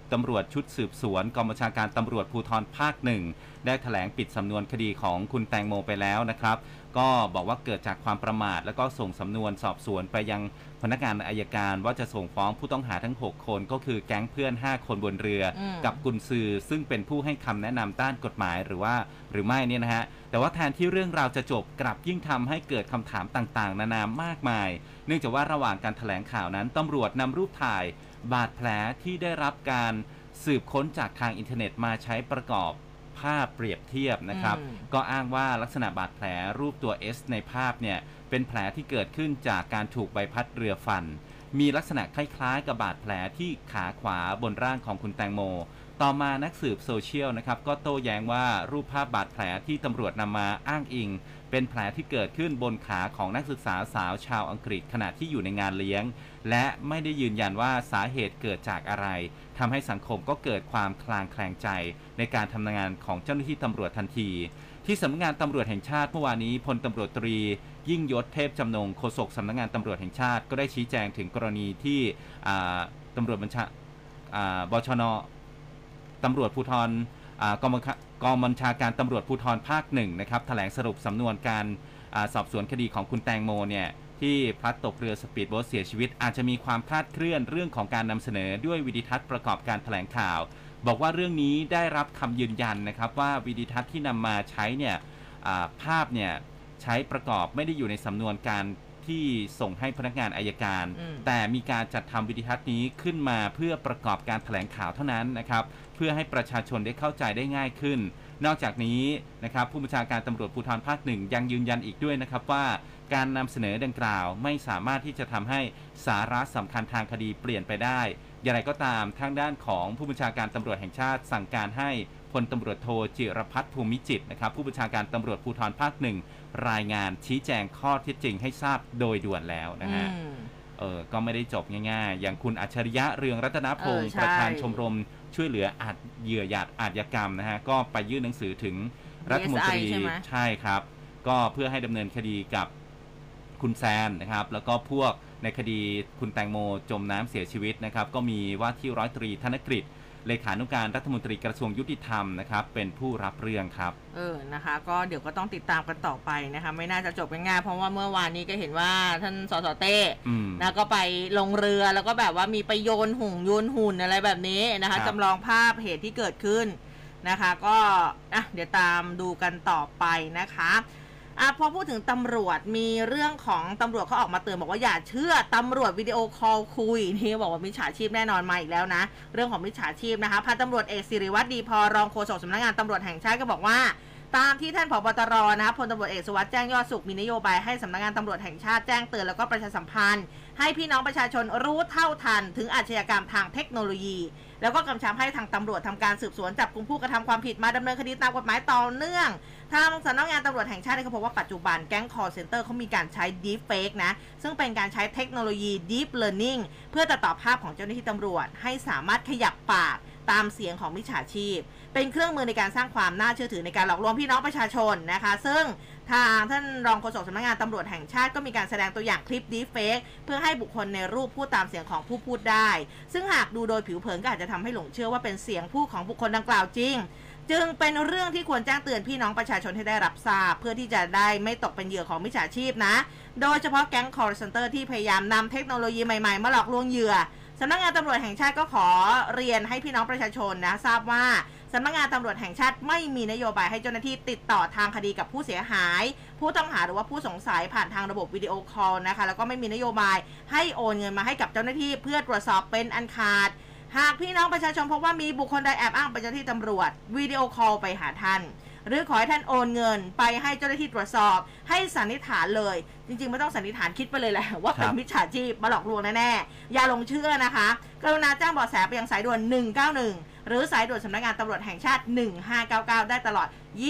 ตำรวจชุดสืบสวนกองบัญชาการตำรวจภูธรภาคหนึ่งได้แถลงปิดสำนวนคดีของคุณแตงโมไปแล้วนะครับก็บอกว่าเกิดจากความประมาทแล้วก็ส่งสำนวนสอบสวนไปยังพนักงานอัยการว่าจะส่งฟ้องผู้ต้องหาทั้ง6คนก็คือแก๊งเพื่อน5คนบนเรือกับกุนซือซึ่งเป็นผู้ให้คำแนะนำด้านกฎหมายหรือไม่เนี่ยนะฮะแต่ว่าแทนที่เรื่องราวจะจบกลับยิ่งทำให้เกิดคำถามต่างๆนานามากมายเนื่องจากว่าระหว่างการแถลงข่าวนั้นตำรวจนำรูปถ่ายบาดแผลที่ได้รับการสืบค้นจากทางอินเทอร์เน็ตมาใช้ประกอบภาพเปรียบเทียบนะครับก็อ้างว่าลักษณะบาดแผลรูปตัว S ในภาพเนี่ยเป็นแผลที่เกิดขึ้นจากการถูกใบพัดเรือฟันมีลักษณะคล้ายๆกับบาดแผลที่ขาขวาบนร่างของคุณแตงโมต่อมานักสืบโซเชียลนะครับก็โต้แย้งว่ารูปภาพบาดแผลที่ตำรวจนำมาอ้างอิงเป็นแผลที่เกิดขึ้นบนขาของนักศึกษาสาวชาวอังกฤษขณะที่อยู่ในงานเลี้ยงและไม่ได้ยืนยันว่าสาเหตุเกิดจากอะไรทำให้สังคมก็เกิดความคลางแคลงใจในการทำงานของเจ้าหน้าที่ตำรวจทันทีที่สำนักงานตำรวจแห่งชาติเมื่อวานนี้พลตำรวจตรียิ่งยศเทพจำนงโฆษกสำนักงานตำรวจแห่งชาติก็ได้ชี้แจงถึงกรณีที่ตำรวจบชน.ตำรวจภูธรกองบัญชาการตำรวจภูธรภาคหนึ่งนะครับแถลงสรุปสำนวนการสอบสวนคดีของคุณแตงโมเนี่ยที่พลัดตกเรือสปีดโบ๊ทเสียชีวิตอาจจะมีความคลาดเคลื่อนเรื่องของการนำเสนอด้วยวิดีทัศน์ประกอบการแถลงข่าวบอกว่าเรื่องนี้ได้รับคำยืนยันนะครับว่าวิดีทัศน์ที่นำมาใช้เนี่ยภาพเนี่ยใช้ประกอบไม่ได้อยู่ในสำนวนการที่ส่งให้พนักงานอัยการแต่มีการจัดทำวิดีทัศน์นี้ขึ้นมาเพื่อประกอบการแถลงข่าวเท่านั้นนะครับเพื่อให้ประชาชนได้เข้าใจได้ง่ายขึ้นนอกจากนี้นะครับผู้บัญชาการตำรวจภูธรภาคหนึ่งยังยืนยันอีกด้วยนะครับว่าการนำเสนอดังกล่าวไม่สามารถที่จะทำให้สาระสำคัญทางคดีเปลี่ยนไปได้อย่างไรก็ตามทางด้านของผู้บัญชาการตำรวจแห่งชาติสั่งการให้พลตำรวจโทจิรพัฒน์ภูมิจิตรนะครับผู้บัญชาการตำรวจภูธรภาคหนึ่งรายงานชี้แจงข้อเท็จจริงให้ทราบโดยด่วนแล้วนะฮะก็ไม่ได้จบง่ายๆอย่างคุณอัจฉริยะเรืองรัตนพงศ์ประธานชมรมช่วยเหลือเหยื่ออาชญากรรมนะฮะก็ไปยื่นหนังสือถึงรัฐมนตรีใช่ครับก็เพื่อให้ดำเนินคดีกับคุณแซนนะครับแล้วก็พวกในคดีคุณแตงโมจมน้ำเสียชีวิตนะครับก็มีว่าที่ร้อยตรีธนกฤษเลขานุการรัฐมนตรีกระทรวงยุติธรรมนะครับเป็นผู้รับเรื่องครับนะคะก็เดี๋ยวก็ต้องติดตามกันต่อไปนะคะไม่น่าจะจบง่ายๆเพราะว่าเมื่อวานนี้ก็เห็นว่าท่านสสเต้นะก็ไปลงเรือแล้วก็แบบว่ามีไปโยนหุ่นอะไรแบบนี้นะคะจำลองภาพเหตุที่เกิดขึ้นนะคะก็เดี๋ยวตามดูกันต่อไปนะคะพอพูดถึงตำรวจมีเรื่องของตำรวจเขาออกมาเตือนบอกว่าอย่าเชื่อตำรวจวิดีโอคอลคุยนี่บอกว่ามิจฉาชีพแน่นอนมาอีกแล้วนะเรื่องของมิจฉาชีพนะคะพันตำรวจเอกศิริวัฒน์ดีพอรองโฆษกสำนักงานตำรวจแห่งชาติก็บอกว่าตามที่ท่านผบ.ตร.นะคะพลตำรวจเอกสุวัสดิ์แจ้งยอดสุขมีนโยบายให้สำนักงานตำรวจแห่งชาติแจ้งเตือนแล้วก็ประชาสัมพันธ์ให้พี่น้องประชาชนรู้เท่าทันถึงอาชญากรรมทางเทคโนโลยีแล้วก็กำชับให้ทางตำรวจทำการสืบสวนจับกุมผู้กระทำความผิดมาดำเนินคดีตามกฎหมายต่อเนื่องทางสำนักงานตำรวจแห่งชาติเขาพบว่าปัจจุบันแก๊ง call center เขามีการใช้ deep fake นะซึ่งเป็นการใช้เทคโนโลยี deep learning เพื่อตัดต่อภาพของเจ้าหน้าที่ตำรวจให้สามารถขยับปากตามเสียงของมิจฉาชีพเป็นเครื่องมือในการสร้างความน่าเชื่อถือในการหลอกลวงพี่น้องประชาชนนะคะซึ่งทางท่านรองโฆษกสำนักงานตำรวจแห่งชาติก็มีการแสดงตัวอย่างคลิป deep fake เพื่อให้บุคคลในรูปพูดตามเสียงของผู้พูดได้ซึ่งหากดูโดยผิวเผินก็อาจจะทำให้หลงเชื่อว่าเป็นเสียงพูดของบุคคลดังกล่าวจริงจึงเป็นเรื่องที่ควรแจ้งเตือนพี่น้องประชาชนให้ได้รับทราบเพื่อที่จะได้ไม่ตกเป็นเหยื่อของมิจฉาชีพนะโดยเฉพาะแก๊ง call center ที่พยายามนำเทคโนโลยีใหม่ๆมาหลอกลวงเหยื่อสำนักงานตำรวจแห่งชาติก็ขอเรียนให้พี่น้องประชาชนนะทราบว่าสำนักงานตำรวจแห่งชาติไม่มีนโยบายให้เจ้าหน้าที่ติดต่อทางคดีกับผู้เสียหายผู้ต้องหาหรือว่าผู้สงสัยผ่านทางระบบวิดีโอคอลนะคะแล้วก็ไม่มีนโยบายให้โอนเงินมาให้กับเจ้าหน้าที่เพื่อตรวจสอบเป็นอันขาดหากพี่น้องประชาชนพบว่ามีบุคคลใดแอบอ้างเป็นเจ้าหน้าที่ตำรวจวิดีโอคอลไปหาท่านหรือขอให้ท่านโอนเงินไปให้เจ้าหน้าที่ตรวจสอบให้สันนิษฐานเลยจริงๆไม่ต้องสันนิษฐานคิดไปเลยแหละว่าเป็นมิจฉาชีพมาหลอกลวงแน่ๆอย่าลงเชื่อนะคะกรุณาแจ้งเบาะแสไปยังสายด่วน191หรือสายด่วนสำนักงานตำรวจแห่งชาติ1599ได้ตลอด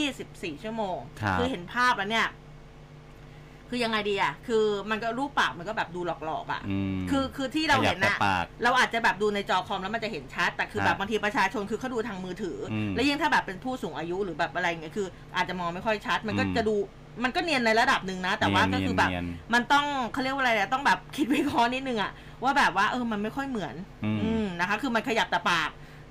24ชั่วโมงคือเห็นภาพแล้วเนี่ยคือยังไงดีอ่ะคือมันก็รูปปากมันก็แบบดูหลอกๆอ่ะคือที่เราเห็นนะเราอาจจะแบบดูในจอคอมแล้วมันจะเห็นชัดแต่คือแบบบางทีประชาชนคือเขาดูทางมือถือแล้วยิ่งถ้าแบบเป็นผู้สูงอายุหรือแบบอะไรเงี้ยคืออาจจะมองไม่ค่อยชัดมันก็จะดูมันก็เนียนในระดับหนึ่งนะแต่ว่าก็คือแบบมันต้องเขาเรียกว่าอะไรต้องแบบคิดวิเคราะห์นิดนึงอ่ะว่าแบบว่ามันไม่ค่อยเหมือนนะคะคือมันขยับแต่ปาก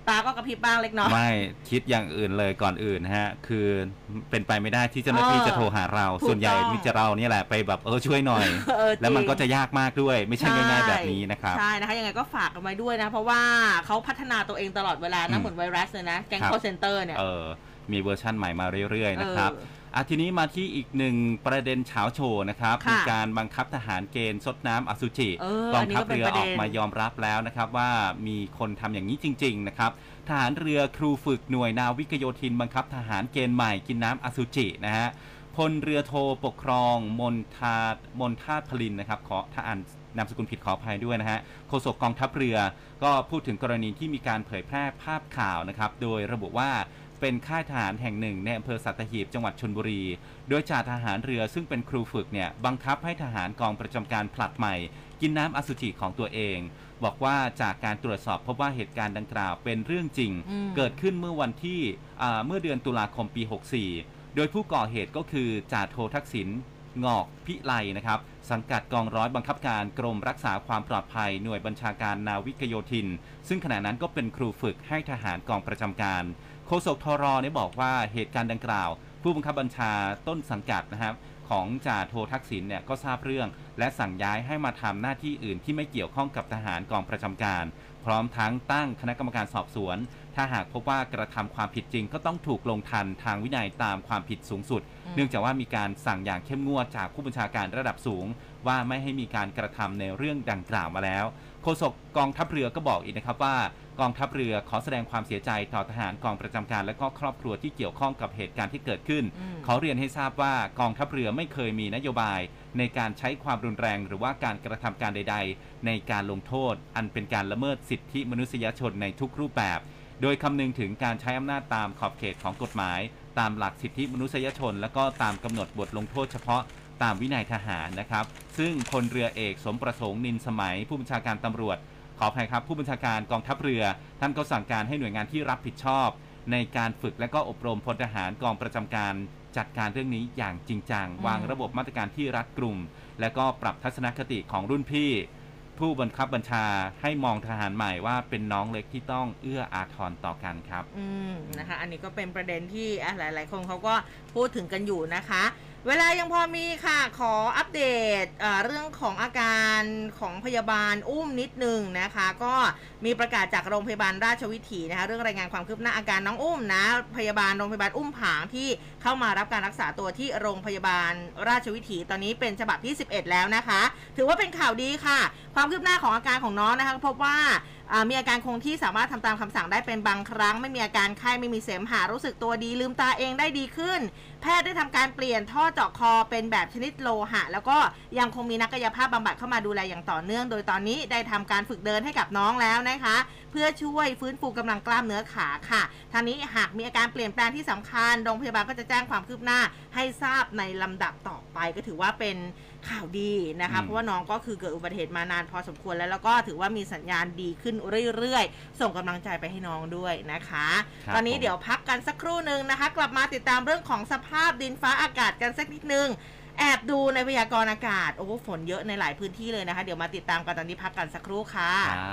ตาก็กระพริบบ้างเล็กน้อยไม่คิดอย่างอื่นเลยก่อนอื่นฮะคือเป็นไปไม่ได้ที่เจ้าหน้าที่จะโทรหาเราส่วนใหญ่มิจะเราเนี่ยแหละไปแบบช่วยหน่อยแล้วมันก็จะยากมากด้วยไม่ใช่ง่ายๆแบบนี้นะครับใช่นะคะยังไงก็ฝากกันไว้ด้วยนะเพราะว่าเขาพัฒนาตัวเองตลอดเวลานะเหมือนไวรัสเลยนะแก๊งคอลเซ็นเตอร์เนี่ยมีเวอร์ชั่นใหม่มาเรื่อยๆนะครับทีนี้มาที่อีกหนึ่งประเด็นเฉาโชว์นะครับมีการบังคับทหารเกณฑ์ซดน้ำอสุจิกองทัพเรือออกมายอมรับแล้วนะครับว่ามีคนทำอย่างนี้จริงๆนะครับทหารเรือครูฝึกหน่วยนาวิกโยธินบังคับทหารเกณฑ์ใหม่กินน้ำอสุจินะฮะพลเรือโทปกครองมนทาพลินนะครับขอถ้าอ่านนามสกุลผิดขออภัยด้วยนะฮะโฆษกกองทัพเรือก็พูดถึงกรณีที่มีการเผยแพร่ภาพข่าวนะครับโดยระบุว่าเป็นค่ายทหารแห่งหนึ่งในอำเภอสัตหีบจังหวัดชลบุรีโดยจ่าทหารเรือซึ่งเป็นครูฝึกเนี่ยบังคับให้ทหารกองประจำการผลัดใหม่กินน้ำอสุจิของตัวเองบอกว่าจากการตรวจสอบพบว่าเหตุการณ์ดังกล่าวเป็นเรื่องจริงเกิดขึ้นเมื่อวันที่เมื่อเดือนตุลาคมปี 64โดยผู้ก่อเหตุก็คือจ่าโททักษิณงอกพิไลนะครับสังกัดกองร้อยบังคับการกรมรักษาความปลอดภัยหน่วยบัญชาการนาวิกโยธินซึ่งขณะนั้นก็เป็นครูฝึกให้ทหารกองประจำการโฆษกทรเนี่ยบอกว่าเหตุการณ์ดังกล่าวผู้บังคับบัญชาต้นสังกัดนะครับของจ่าโททักษิณเนี่ยก็ทราบเรื่องและสั่งย้ายให้มาทำหน้าที่อื่นที่ไม่เกี่ยวข้องกับทหารกองประจำการพร้อมทั้งตั้งคณะกรรมการสอบสวนถ้าหากพบว่ากระทำความผิดจริงก็ต้องถูกลงทันทางวินัยตามความผิดสูงสุดเนื่องจากว่ามีการสั่งอย่างเข้มงวดจากผู้บัญชาการระดับสูงว่าไม่ให้มีการกระทำในเรื่องดังกล่าวมาแล้วโฆษกกองทัพเรือก็บอกอีกนะครับว่ากองทัพเรือขอแสดงความเสียใจต่อทหารกองประจำการและก็ครอบครัวที่เกี่ยวข้องกับเหตุการณ์ที่เกิดขึ้นขอเรียนให้ทราบว่ากองทัพเรือไม่เคยมีนโยบายในการใช้ความรุนแรงหรือว่าการกระทำการใดๆในการลงโทษอันเป็นการละเมิดสิทธิมนุษยชนในทุกรูปแบบโดยคำนึงถึงการใช้อำนาจตามขอบเขตของกฎหมายตามหลักสิทธิมนุษยชนและก็ตามกำหนดบทลงโทษเฉพาะตามวินัยทหารนะครับซึ่งพลเรือเอกสมประสงค์นินสมัยผู้บัญชาการตำรวจขออภัยครับผู้บัญชาการกองทัพเรือท่านก็สั่งการให้หน่วยงานที่รับผิดชอบในการฝึกและก็อบรมพลทหารกองประจำการจัดการเรื่องนี้อย่างจริงจังวางระบบมาตรการที่รัดกุมและก็ปรับทัศนคติของรุ่นพี่ผู้บังคับบัญชาให้มองทหารใหม่ว่าเป็นน้องเล็กที่ต้องเอื้ออาทรต่อกันครับนะคะอันนี้ก็เป็นประเด็นที่หลายๆคนเขาก็พูดถึงกันอยู่นะคะเวลายังพอมีค่ะขออัปเดตเรื่องของอาการของพยาบาลอุ้มนิดนึงนะคะก็มีประกาศจากโรงพยาบาลราชวิถีนะคะเรื่องรายงานความคืบหน้าอาการน้องอุ้มนะพยาบาลโรงพยาบาลอุ้มผางที่เข้ามารับการรักษาตัวที่โรงพยาบาลราชวิถีตอนนี้เป็นฉบับที่11แล้วนะคะถือว่าเป็นข่าวดีค่ะความคืบหน้าของอาการของน้องนะคะพบว่ามีอาการคงที่สามารถทำตามคำสั่งได้เป็นบางครั้งไม่มีอาการไข้ไม่มีเสมหะรู้สึกตัวดีลืมตาเองได้ดีขึ้นแพทย์ได้ทำการเปลี่ยนท่อเจาะคอเป็นแบบชนิดโลหะแล้วก็ยังคงมีนักกายภาพบำบัดเข้ามาดูแลอย่างต่อเนื่องโดยตอนนี้ได้ทำการฝึกเดินให้กับน้องแล้วนะคะเพื่อช่วยฟื้นฟูกำลังกล้ามเนื้อขาค่ะทางนี้หากมีอาการเปลี่ยนแปลงที่สำคัญโรงพยาบาลก็จะแจ้งความคืบหน้าให้ทราบในลำดับต่อไปก็ถือว่าเป็นข่าวดีนะคะเพราะว่าน้องก็คือเกิดอุบัติเหตุมานานพอสมควรแล้วก็ถือว่ามีสัญญาณดีขึ้นเรื่อยๆส่งกำลังใจไปให้น้องด้วยนะคะตอนนี้เดี๋ยวพักกันสักครู่นึงนะคะกลับมาติดตามเรื่องของสภาพดินฟ้าอากาศกันสักนิดนึงแอบดูในพยากรณ์อากาศโอ้ฝนเยอะในหลายพื้นที่เลยนะคะเดี๋ยวมาติดตามกันตอนนี้พักกันสักครู่ค่ะ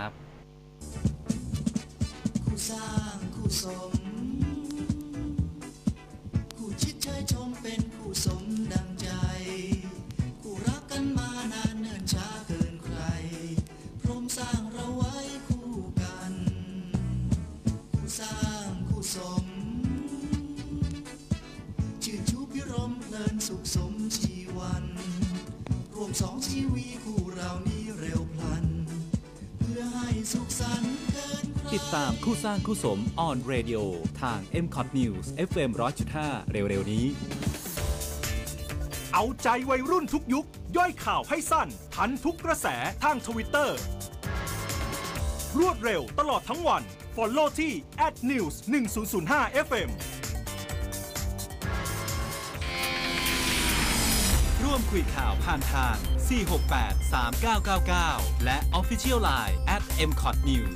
คู่สร้างคู่สมคู่ชิดเชยชมเป็นคู่สมดังใจคู่รักกันมานานเนิ่นช้าเกินใครพร้อมสร้างเราไว้คู่กันคู่สร้างคู่สมชื่นชูพิรมเพลินสุขสมชีวันรวมสองชีวีคู่เรานี้เร็วพลันเพื่อให้สุขสันต์เกินติดตามคู่สร้างคู่สม on radio ทาง MCOT News FM 100.5 เร็วๆนี้เอาใจวัยรุ่นทุกยุคย่อยข่าวให้สั้นทันทุกกระแสทาง Twitter รวดเร็วตลอดทั้งวัน Follow ที่ @news1005fm ร่วมคุยข่าวผ่านทาง 468-3999 และ Official Line @MCOT News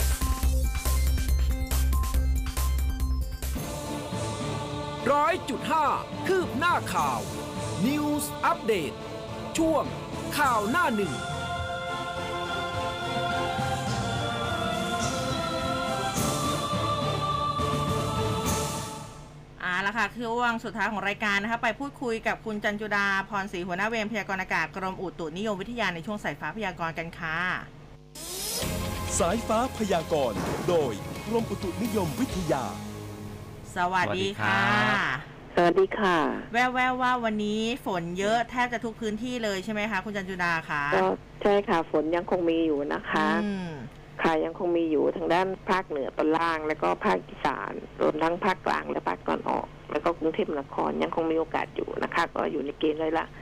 100.5 คืบหน้าข่าว News Update ช่วงข่าวหน้าหนึ่งค่ะคือช่วงสุดท้ายของรายการนะคะไปพูดคุยกับคุณจันจุดาพรศรีหัวหน้าเวรพยากรณ์อากาศกรมอุตุนิยมวิทยาในช่วงสายฟ้าพยากรณ์กันค่ะสายฟ้าพยากรณ์โดยกรมอุตุนิยมวิทยาสวัสดีค่ะสวัสดีค่ะแววๆว่าวันนี้ฝนเยอะแทบจะทุกพื้นที่เลยใช่ไหมคะคุณจันจุดาคะก็ใช่ค่ะฝนยังคงมีอยู่นะคะค่ะยังคงมีอยู่ทางด้านภาคเหนือตอนล่างแล้วก็ภาคอีสานรวมทั้งภาคกลางและภาคตะวันออกแล้วก็กรุงเทพมหานครยังคงมีโอกาสอยู่นะคะก็อยู่ในเกณฑ์ร้อยละ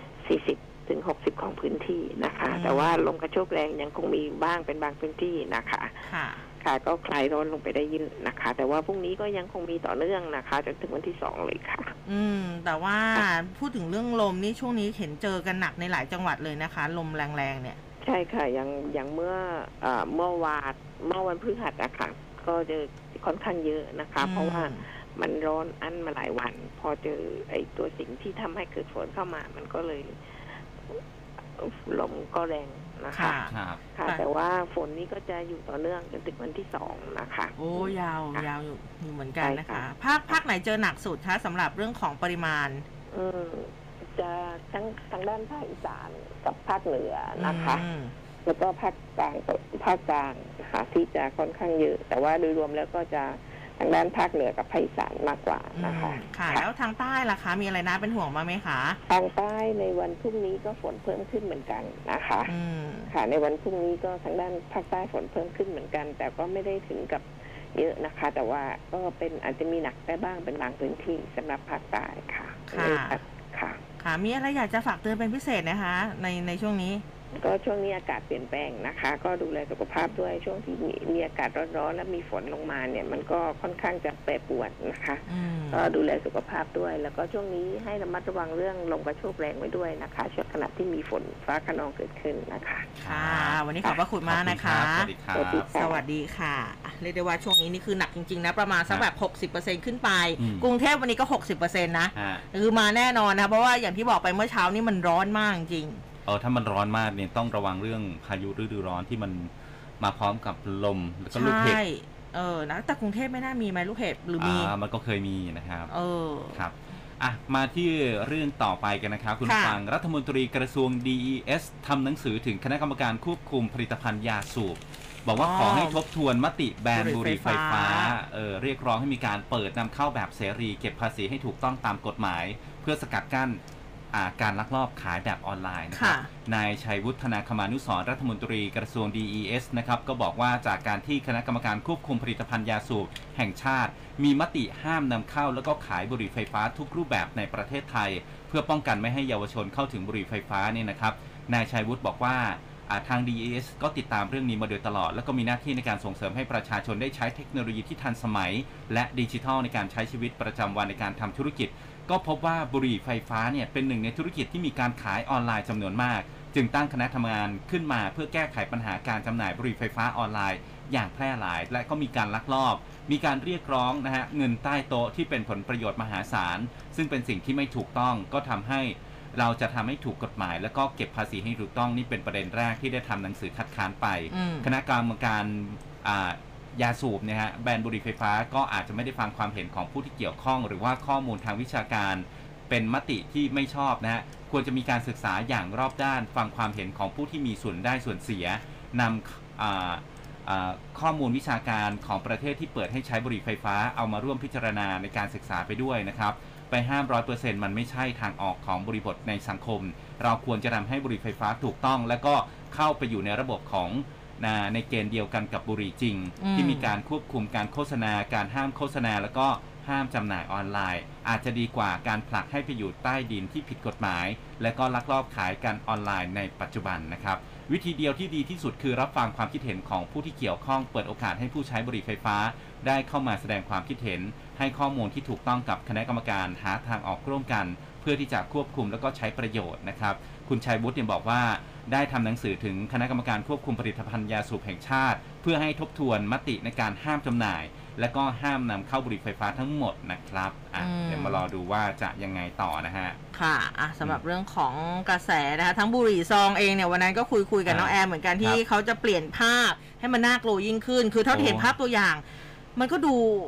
40 ถึง 60ของพื้นที่นะคะแต่ว่าลมกระโชกแรงยังคงมีบ้างเป็นบางพื้นที่นะคะค่ะก็คลายร้อนลงไปได้ยินนะคะแต่ว่าพรุ่งนี้ก็ยังคงมีต่อเนื่องนะคะจนถึงวันที่2เลยค่ะแต่ว่าพูดถึงเรื่องลมนี่ช่วงนี้เห็นเจอกันหนักในหลายจังหวัดเลยนะคะลมแรงๆเนี่ยใช่ค่ะอย่างเมื่อวันพฤหัสอะค่ะก็จะค่อนข้างเยอะนะคะเพราะว่ามันร้อนอั้นมาหลายวันพอเจอไอ้ตัวสิ่งที่ทำให้เกิดฝนเข้ามามันก็เลยลมก็แรงนะคะค่ะแต่ว่าฝนนี้ก็จะอยู่ต่อเนื่องจนถึงวันที่2นะคะโอ้ยาวอยู่เหมือนกันนะคะภาคไหนเจอหนักสุดคะสำหรับเรื่องของปริมาณจะทางด้านภาคอีสานกับภาคเหนือนะคะแล้วก็ภาคกลางนะคะที่จะค่อนข้างเยอะแต่ว่าโดยรวมแล้วก็จะทางด้านภาคเหนือกับภาคอีสานมากกว่านะคะค่ะแล้วทางใต้ล่ะคะมีอะไรน่าเป็นห่วงบ้างไหมคะทางใต้ในวันพรุ่งนี้ก็ฝนเพิ่มขึ้นเหมือนกันนะคะค่ะในวันพรุ่งนี้ก็ทางด้านภาคใต้ฝนเพิ่มขึ้นเหมือนกันแต่ก็ไม่ได้ถึงกับเยอะนะคะแต่ว่าก็เป็นอาจจะมีหนักได้บ้างเป็นบางพื้นที่สำหรับภาคใต้ค่ะค่ะมีอะไรอยากจะฝากเตือนเป็นพิเศษนะคะในช่วงนี้ก็ช่วงนี้อากาศเปลี่ยนแปลงนะคะก็ดูแลสุขภาพด้วยช่วงที่มีอากาศร้อนๆและมีฝนลงมาเนี่ยมันก็ค่อนข้างจะแปรปรวนนะคะก็ดูแลสุขภาพด้วยแล้วก็ช่วงนี้ให้ระมัดระวังเรื่องลมกระโชกแรงไว้ด้วยนะคะช่วงขณะที่มีฝนฟ้าคะนองเกิดขึ้นนะคะค่ะวันนี้ขอบพระคุณมากนะคะสวัสดีครับสวัสดีค่ะเรียกได้ว่าช่วงนี้นี่คือหนักจริงๆนะประมาณสักแบบ 60% ขึ้นไปกรุงเทพวันนี้ก็ 60% นะคือมาแน่นอนนะเพราะว่าอย่างที่บอกไปเมื่อเช้านี่มันร้อนมากจริงถ้ามันร้อนมากเนี่ยต้องระวังเรื่องพายุฤดูร้อนที่มันมาพร้อมกับลมแล้วก็ลูกเห็บนะแต่กรุงเทพไม่น่ามีไหมลูกเห็บหรือมีมันก็เคยมีนะครับครับมาที่เรื่องต่อไปกันนะครับคุณฟังรัฐมนตรีกระทรวง DES ทำหนังสือถึงคณะกรรมการควบคุมผลิตภัณฑ์ยาสูบบอกว่าขอให้ทบทวนมติแบนบุหรี่ไฟฟ้าเรียกร้องให้มีการเปิดนำเข้าแบบเสรีเก็บภาษีให้ถูกต้องตามกฎหมายเพื่อสกัดกั้นการลักลอบขายแบบออนไลน์นะครับนายชัยวุฒิ ธนาคมานุสรณ์รัฐมนตรีกระทรวง DES นะครับก็บอกว่าจากการที่คณะกรรมการควบคุมผลิตภัณฑ์ยาสูบแห่งชาติมีมติห้ามนำเข้าแล้วก็ขายบุหรี่ไฟฟ้าทุกรูปแบบในประเทศไทยเพื่อป้องกันไม่ให้เยาวชนเข้าถึงบุหรี่ไฟฟ้าเนี่ยนะครับนายชัยวุฒิบอกว่าทาง DES ก็ติดตามเรื่องนี้มาโดยตลอดแล้วก็มีหน้าที่ในการส่งเสริมให้ประชาชนได้ใช้เทคโนโลยีที่ทันสมัยและดิจิทัลในการใช้ชีวิตประจำวันในการทำธุรกิจก็พบว่าบุหรี่ไฟฟ้าเนี่ยเป็นหนึ่งในธุรกิจที่มีการขายออนไลน์จำนวนมากจึงตั้งคณะทำงานขึ้นมาเพื่อแก้ไขปัญหาการจำหน่ายบุหรี่ไฟฟ้าออนไลน์อย่างแพร่หลายและก็มีการลักลอบมีการเรียกร้องนะฮะเงินใต้โต๊ะที่เป็นผลประโยชน์มหาศาลซึ่งเป็นสิ่งที่ไม่ถูกต้องก็ทำให้เราจะทำให้ถูกกฎหมายแล้วก็เก็บภาษีให้ถูกต้องนี่เป็นประเด็นแรกที่ได้ทำหนังสือคัดค้านไปคณะกรรมการยาสูบเนี่ยฮะแบนบุหรี่ไฟฟ้าก็อาจจะไม่ได้ฟังความเห็นของผู้ที่เกี่ยวข้องหรือว่าข้อมูลทางวิชาการเป็นมติที่ไม่ชอบนะฮะควรจะมีการศึกษาอย่างรอบด้านฟังความเห็นของผู้ที่มีส่วนได้ส่วนเสียนำข้อมูลวิชาการของประเทศที่เปิดให้ใช้บุหรี่ไฟฟ้าเอามาร่วมพิจารณาในการศึกษาไปด้วยนะครับไปห้าม 100% มันไม่ใช่ทางออกของบริบทในสังคมเราควรจะทำให้บุหรี่ไฟฟ้าถูกต้องและก็เข้าไปอยู่ในระบบของในเกณฑ์เดียวกันกับบุหรี่จริงที่มีการควบคุมการโฆษณาการห้ามโฆษณาแล้วก็ห้ามจำหน่ายออนไลน์อาจจะดีกว่าการผลักให้ไปอยู่ใต้ดินที่ผิดกฎหมายและก็ลักลอบขายกันออนไลน์ในปัจจุบันนะครับวิธีเดียวที่ดีที่สุดคือรับฟังความคิดเห็นของผู้ที่เกี่ยวข้องเปิดโอกาสให้ผู้ใช้บุหรี่ไฟฟ้าได้เข้ามาแสดงความคิดเห็นให้ข้อมูลที่ถูกต้องกับคณะกรรมการหาทางออกร่วมกันเพื่อที่จะควบคุมแล้วก็ใช้ประโยชน์นะครับคุณชัยวุฒิเนี่ยบอกว่าได้ทำหนังสือถึงคณะกรรมการควบคุมผลิตภัณฑ์ยาสูบแห่งชาติเพื่อให้ทบทวนมติในการห้ามจำหน่ายและก็ห้ามนำเข้าบุหรี่ไฟฟ้าทั้งหมดนะครับเดี๋ยวมารอดูว่าจะยังไงต่อนะฮะค่ะสำหรับเรื่องของกระแสนะคะทั้งบุหรี่ซองเองเนี่ยวันนั้นก็คุยกับน้องแอมเหมือนกันที่เขาจะเปลี่ยนภาพให้มันน่ากลัวยิ่งขึ้นคือเท่าที่เห็นภาพตัวอย่างมันก็ดู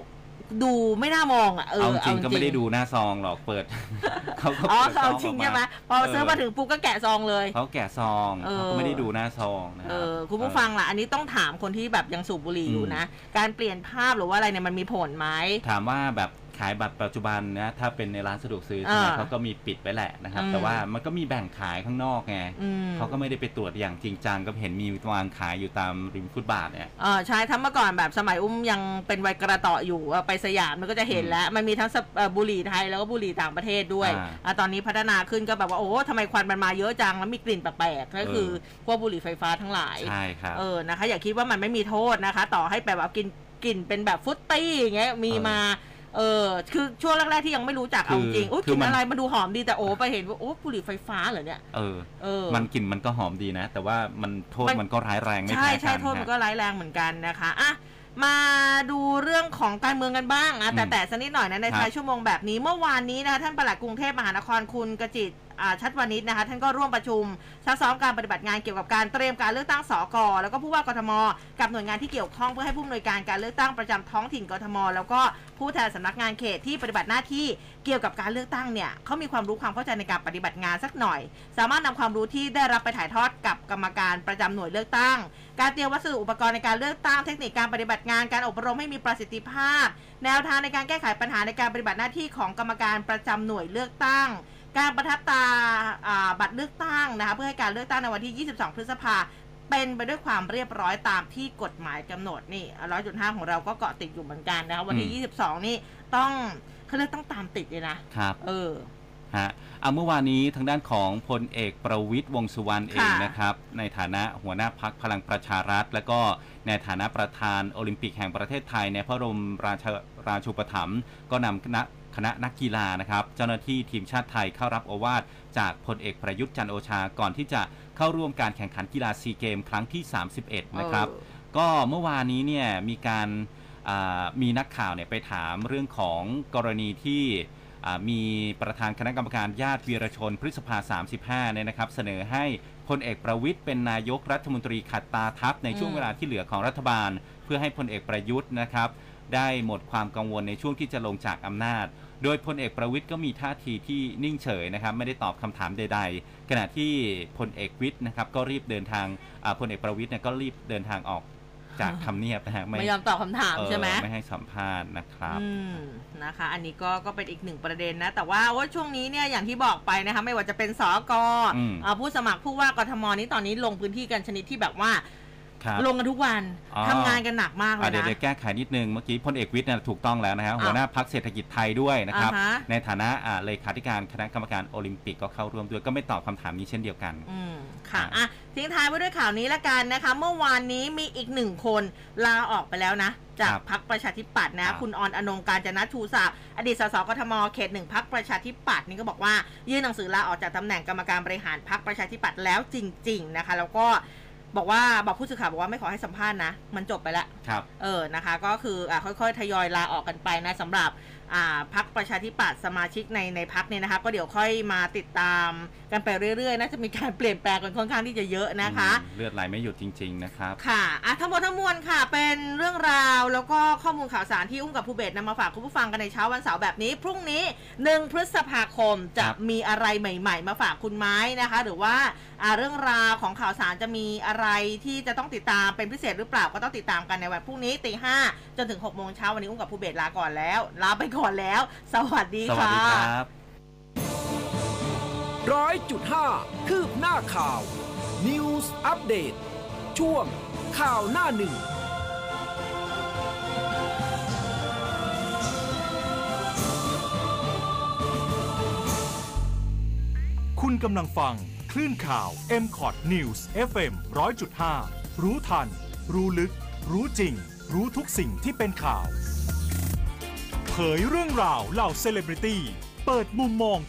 ดูไม่น่ามองอ่ะเอาจริงก็ไม่ได้ดูหน้าซองหรอกเปิดเขาก็เอาจริงใช่ไหมพอซื้อมาถึงปุ๊บก็แกะซองเลยเขาแกะซองเขาก็ไม่ได้ดูหน้าซองนะครับคุณผู้ฟังล่ะอันนี้ต้องถามคนที่แบบยังสูบบุหรี่อยู่นะการเปลี่ยนภาพหรือว่าอะไรเนี่ยมันมีผลไหมถามว่าแบบขายบัตรปัจจุบันนะถ้าเป็นในร้านสะดวกซื้อใช่ไหมเขาก็มีปิดไปแหละนะครับแต่ว่ามันก็มีแบ่งขายข้างนอกไงเขาก็ไม่ได้ไปตรวจอย่างจริงจังก็เห็นมีวางขายอยู่ตามริมฟุตบาทเนี่ยใช่ทั้งเมื่อก่อนแบบสมัยยังเป็นวัยกระต่ออยู่ไปสยามมันก็จะเห็นแล้วมันมีทั้งบุหรี่ไทยแล้วก็บุหรี่ต่างประเทศด้วยตอนนี้พัฒนาขึ้นก็แบบว่าโอ้ทำไมควันมันมาเยอะจังแล้วมีกลิ่นแปลกๆก็คือพวกบุหรี่ไฟฟ้าทั้งหลายใช่ครับนะคะอย่าคิดว่ามันไม่มีโทษนะคะต่อให้แบบว่ากลิ่นเป็นแบบฟุตตี้อย่างเงี้ยมีมาคือช่วงแรกๆที่ยังไม่รู้จักเอาจริงกลิ่นอะไรมาดูหอมดีแต่ไปเห็นว่าบุหรี่ไฟฟ้าเหรอเนี่ยมันกลิ่นมันก็หอมดีนะแต่ว่ามันโทษมันก็ร้ายแรงไม่แพ้กันใช่โทษมันก็ร้ายแรงเหมือนกันนะคะอ่ะมาดูเรื่องของการเมืองกันบ้างแต่สักนิดหน่อยนะในท้ายชั่วโมงแบบนี้เมื่อวานนี้นะคะท่านปลัดกรุงเทพมหานครคุณกจิตรชัดวณิชนะคะท่านก็ร่วมประชุมซักซ้อมการปฏิบัติงานเกี่ยวกับการเตรียมการเลือกตั้งสก.แล้วก็ผู้ว่ากทม.กับหน่วยงานที่เกี่ยวข้องเพื่อให้ผู้อำนวยการการเลือกตั้งประจำท้องถิ่นกทม.แล้วก็ผู้แทนสำนักงานเขตที่ปฏิบัติหน้าที่เกี่ยวกับการเลือกตั้งเนี่ยเขามีความรู้ความเข้าใจในการปฏิบัติงานสักหน่อยสามารถนำความรู้ที่ได้รับไปถ่ายทอดกับกรรมการประจำหน่วยเลือกตั้งการเตรียมวัสดุอุปกรณ์ในการเลือกตั้งเทคนิคการปฏิบัติงานการอบรมให้มีประสิทธิภาพแนวทางในการแก้ไขปัญหาในการปฏิบัติหน้าที่ของกรรมการประจำหน่วยเลือกตั้งการประทับตาบัตรเลือกตั้งนะคะเพื่อให้การเลือกตั้งในวันที่22 พฤษภาคมเป็นไปด้วยความเรียบร้อยตามที่กฎหมายกำหนดนี่ 100.5 ของเราก็เกาะติดอยู่เหมือนกันนะคะวันที่22นี่ต้องเขาเรียกต้องตามติดเลยนะครับเมื่อวานนี้ทางด้านของพลเอกประวิตรวงษ์สุวรรณเองนะครับในฐานะหัวหน้าพรรคพลังประชารัฐและก็ในฐานะประธานโอลิมปิกแห่งประเทศไทยในพระบรมราชูปถัมภ์ก็นำคณะนักกีฬานะครับเจ้าหน้าที่ทีมชาติไทยเข้ารับโอวาทจากพลเอกประยุทธ์จันทร์โอชาก่อนที่จะเข้าร่วมการแข่งขันกีฬาซีเกมครั้งที่31นะครับก็เมื่อวานนี้เนี่ยมีนักข่าวเนี่ยไปถามเรื่องของกรณีที่มีประธานคณะกรรมการญาติวีรชนพฤษภา35เนี่ยนะครับเสนอให้พลเอกประวิตรเป็นนายกรัฐมนตรีขัดตาทัพในช่วงเวลาที่เหลือของรัฐบาลเพื่อให้พลเอกประยุทธ์นะครับได้หมดความกังวลในช่วงที่จะลงจากอำนาจโดยพลเอกประวิตรก็มีท่าทีที่นิ่งเฉยนะครับไม่ได้ตอบคำถามใดๆขณะที่พลเอกวิทย์นะครับก็รีบเดินทางพลเอกประวิตรเนี่ยก็รีบเดินทางออกจากทำเนียบนะฮะไม่ยอมตอบคำถามใช่ไหมไม่ให้สัมภาษณ์นะครับนะคะอันนี้ก็เป็นอีกหนึ่งประเด็นนะแต่ว่าช่วงนี้เนี่ยอย่างที่บอกไปนะคะไม่ว่าจะเป็นสก.ผู้สมัครผู้ว่ากทม.นี้ตอนนี้ลงพื้นที่กันชนิดที่แบบว่าลงกันทุกวันทำงานกันหนักมากเลยนะเดี๋ยวแก้ไขนิดนึงเมื่อกี้พลเอกวิทย์ถูกต้องแล้วนะครับหัวหน้าพรรคเศรษฐกิจไทยด้วยนะครับในฐานะเลขาธิการคณะกรรมการโอลิมปิกก็เข้าร่วมด้วยก็ไม่ตอบคำถามนี้เช่นเดียวกันค่ะทิ้งท้ายไว้ด้วยข่าวนี้ละกันนะคะเมื่อวานนี้มีอีกหนึ่งคนลาออกไปแล้วนะจากพรรคประชาธิปัตย์นะคุณออนงค์ กาญจนชูศักดิ์อดีตสสกทมเขต 1พรรคประชาธิปัตย์นี่ก็บอกว่ายื่นหนังสือลาออกจากตำแหน่งกรรมการบริหารพรรคประชาธิปัตย์แล้วจริงๆนะคะแล้วก็บอกผู้สื่อข่าวบอกว่าไม่ขอให้สัมภาษณ์นะมันจบไปแล้วนะคะก็คือค่อยๆทยอยลาออกกันไปนะสำหรับพรรคประชาธิปัตย์สมาชิกในพรรคเนี่ยนะคะก็เดี๋ยวค่อยมาติดตามกันไปเรื่อยๆน่าจะมีการเปลี่ยนแปลงกันค่อนข้างที่จะเยอะนะคะเลือดไหลไม่หยุดจริงๆนะครับค่ะทั้งหมดทั้งมวลค่ะเป็นเรื่องราวแล้วก็ข้อมูลข่าวสารที่อุ้มกับภูเบศนำมาฝากคุณผู้ฟังกันในเช้าวันเสาร์แบบนี้พรุ่งนี้1 พฤษภาคมจะมีอะไรใหม่ๆมาฝากคุณไม้นะคะหรือว่าเรื่องราวของข่าวสารจะมีอะไรที่จะต้องติดตามเป็นพิเศษหรือเปล่าก็ต้องติดตามกันในวันพรุ่งนี้ 5:00 จนถึง 6:00 น.วันนี้อุ้มกับภูเบศลาไปก่อนแล้วสวัสดีค่ะสวัสดีครับ 100.5 คืบหน้าข่าว News Update ช่วงข่าวหน้าหนึ่งคุณกำลังฟังคลื่นข่าว MCOT News FM 100.5 รู้ทันรู้ลึกรู้จริงรู้ทุกสิ่งที่เป็นข่าวเผยเรื่องราวเหล่าเซเลบริตี้เปิดมุมมอง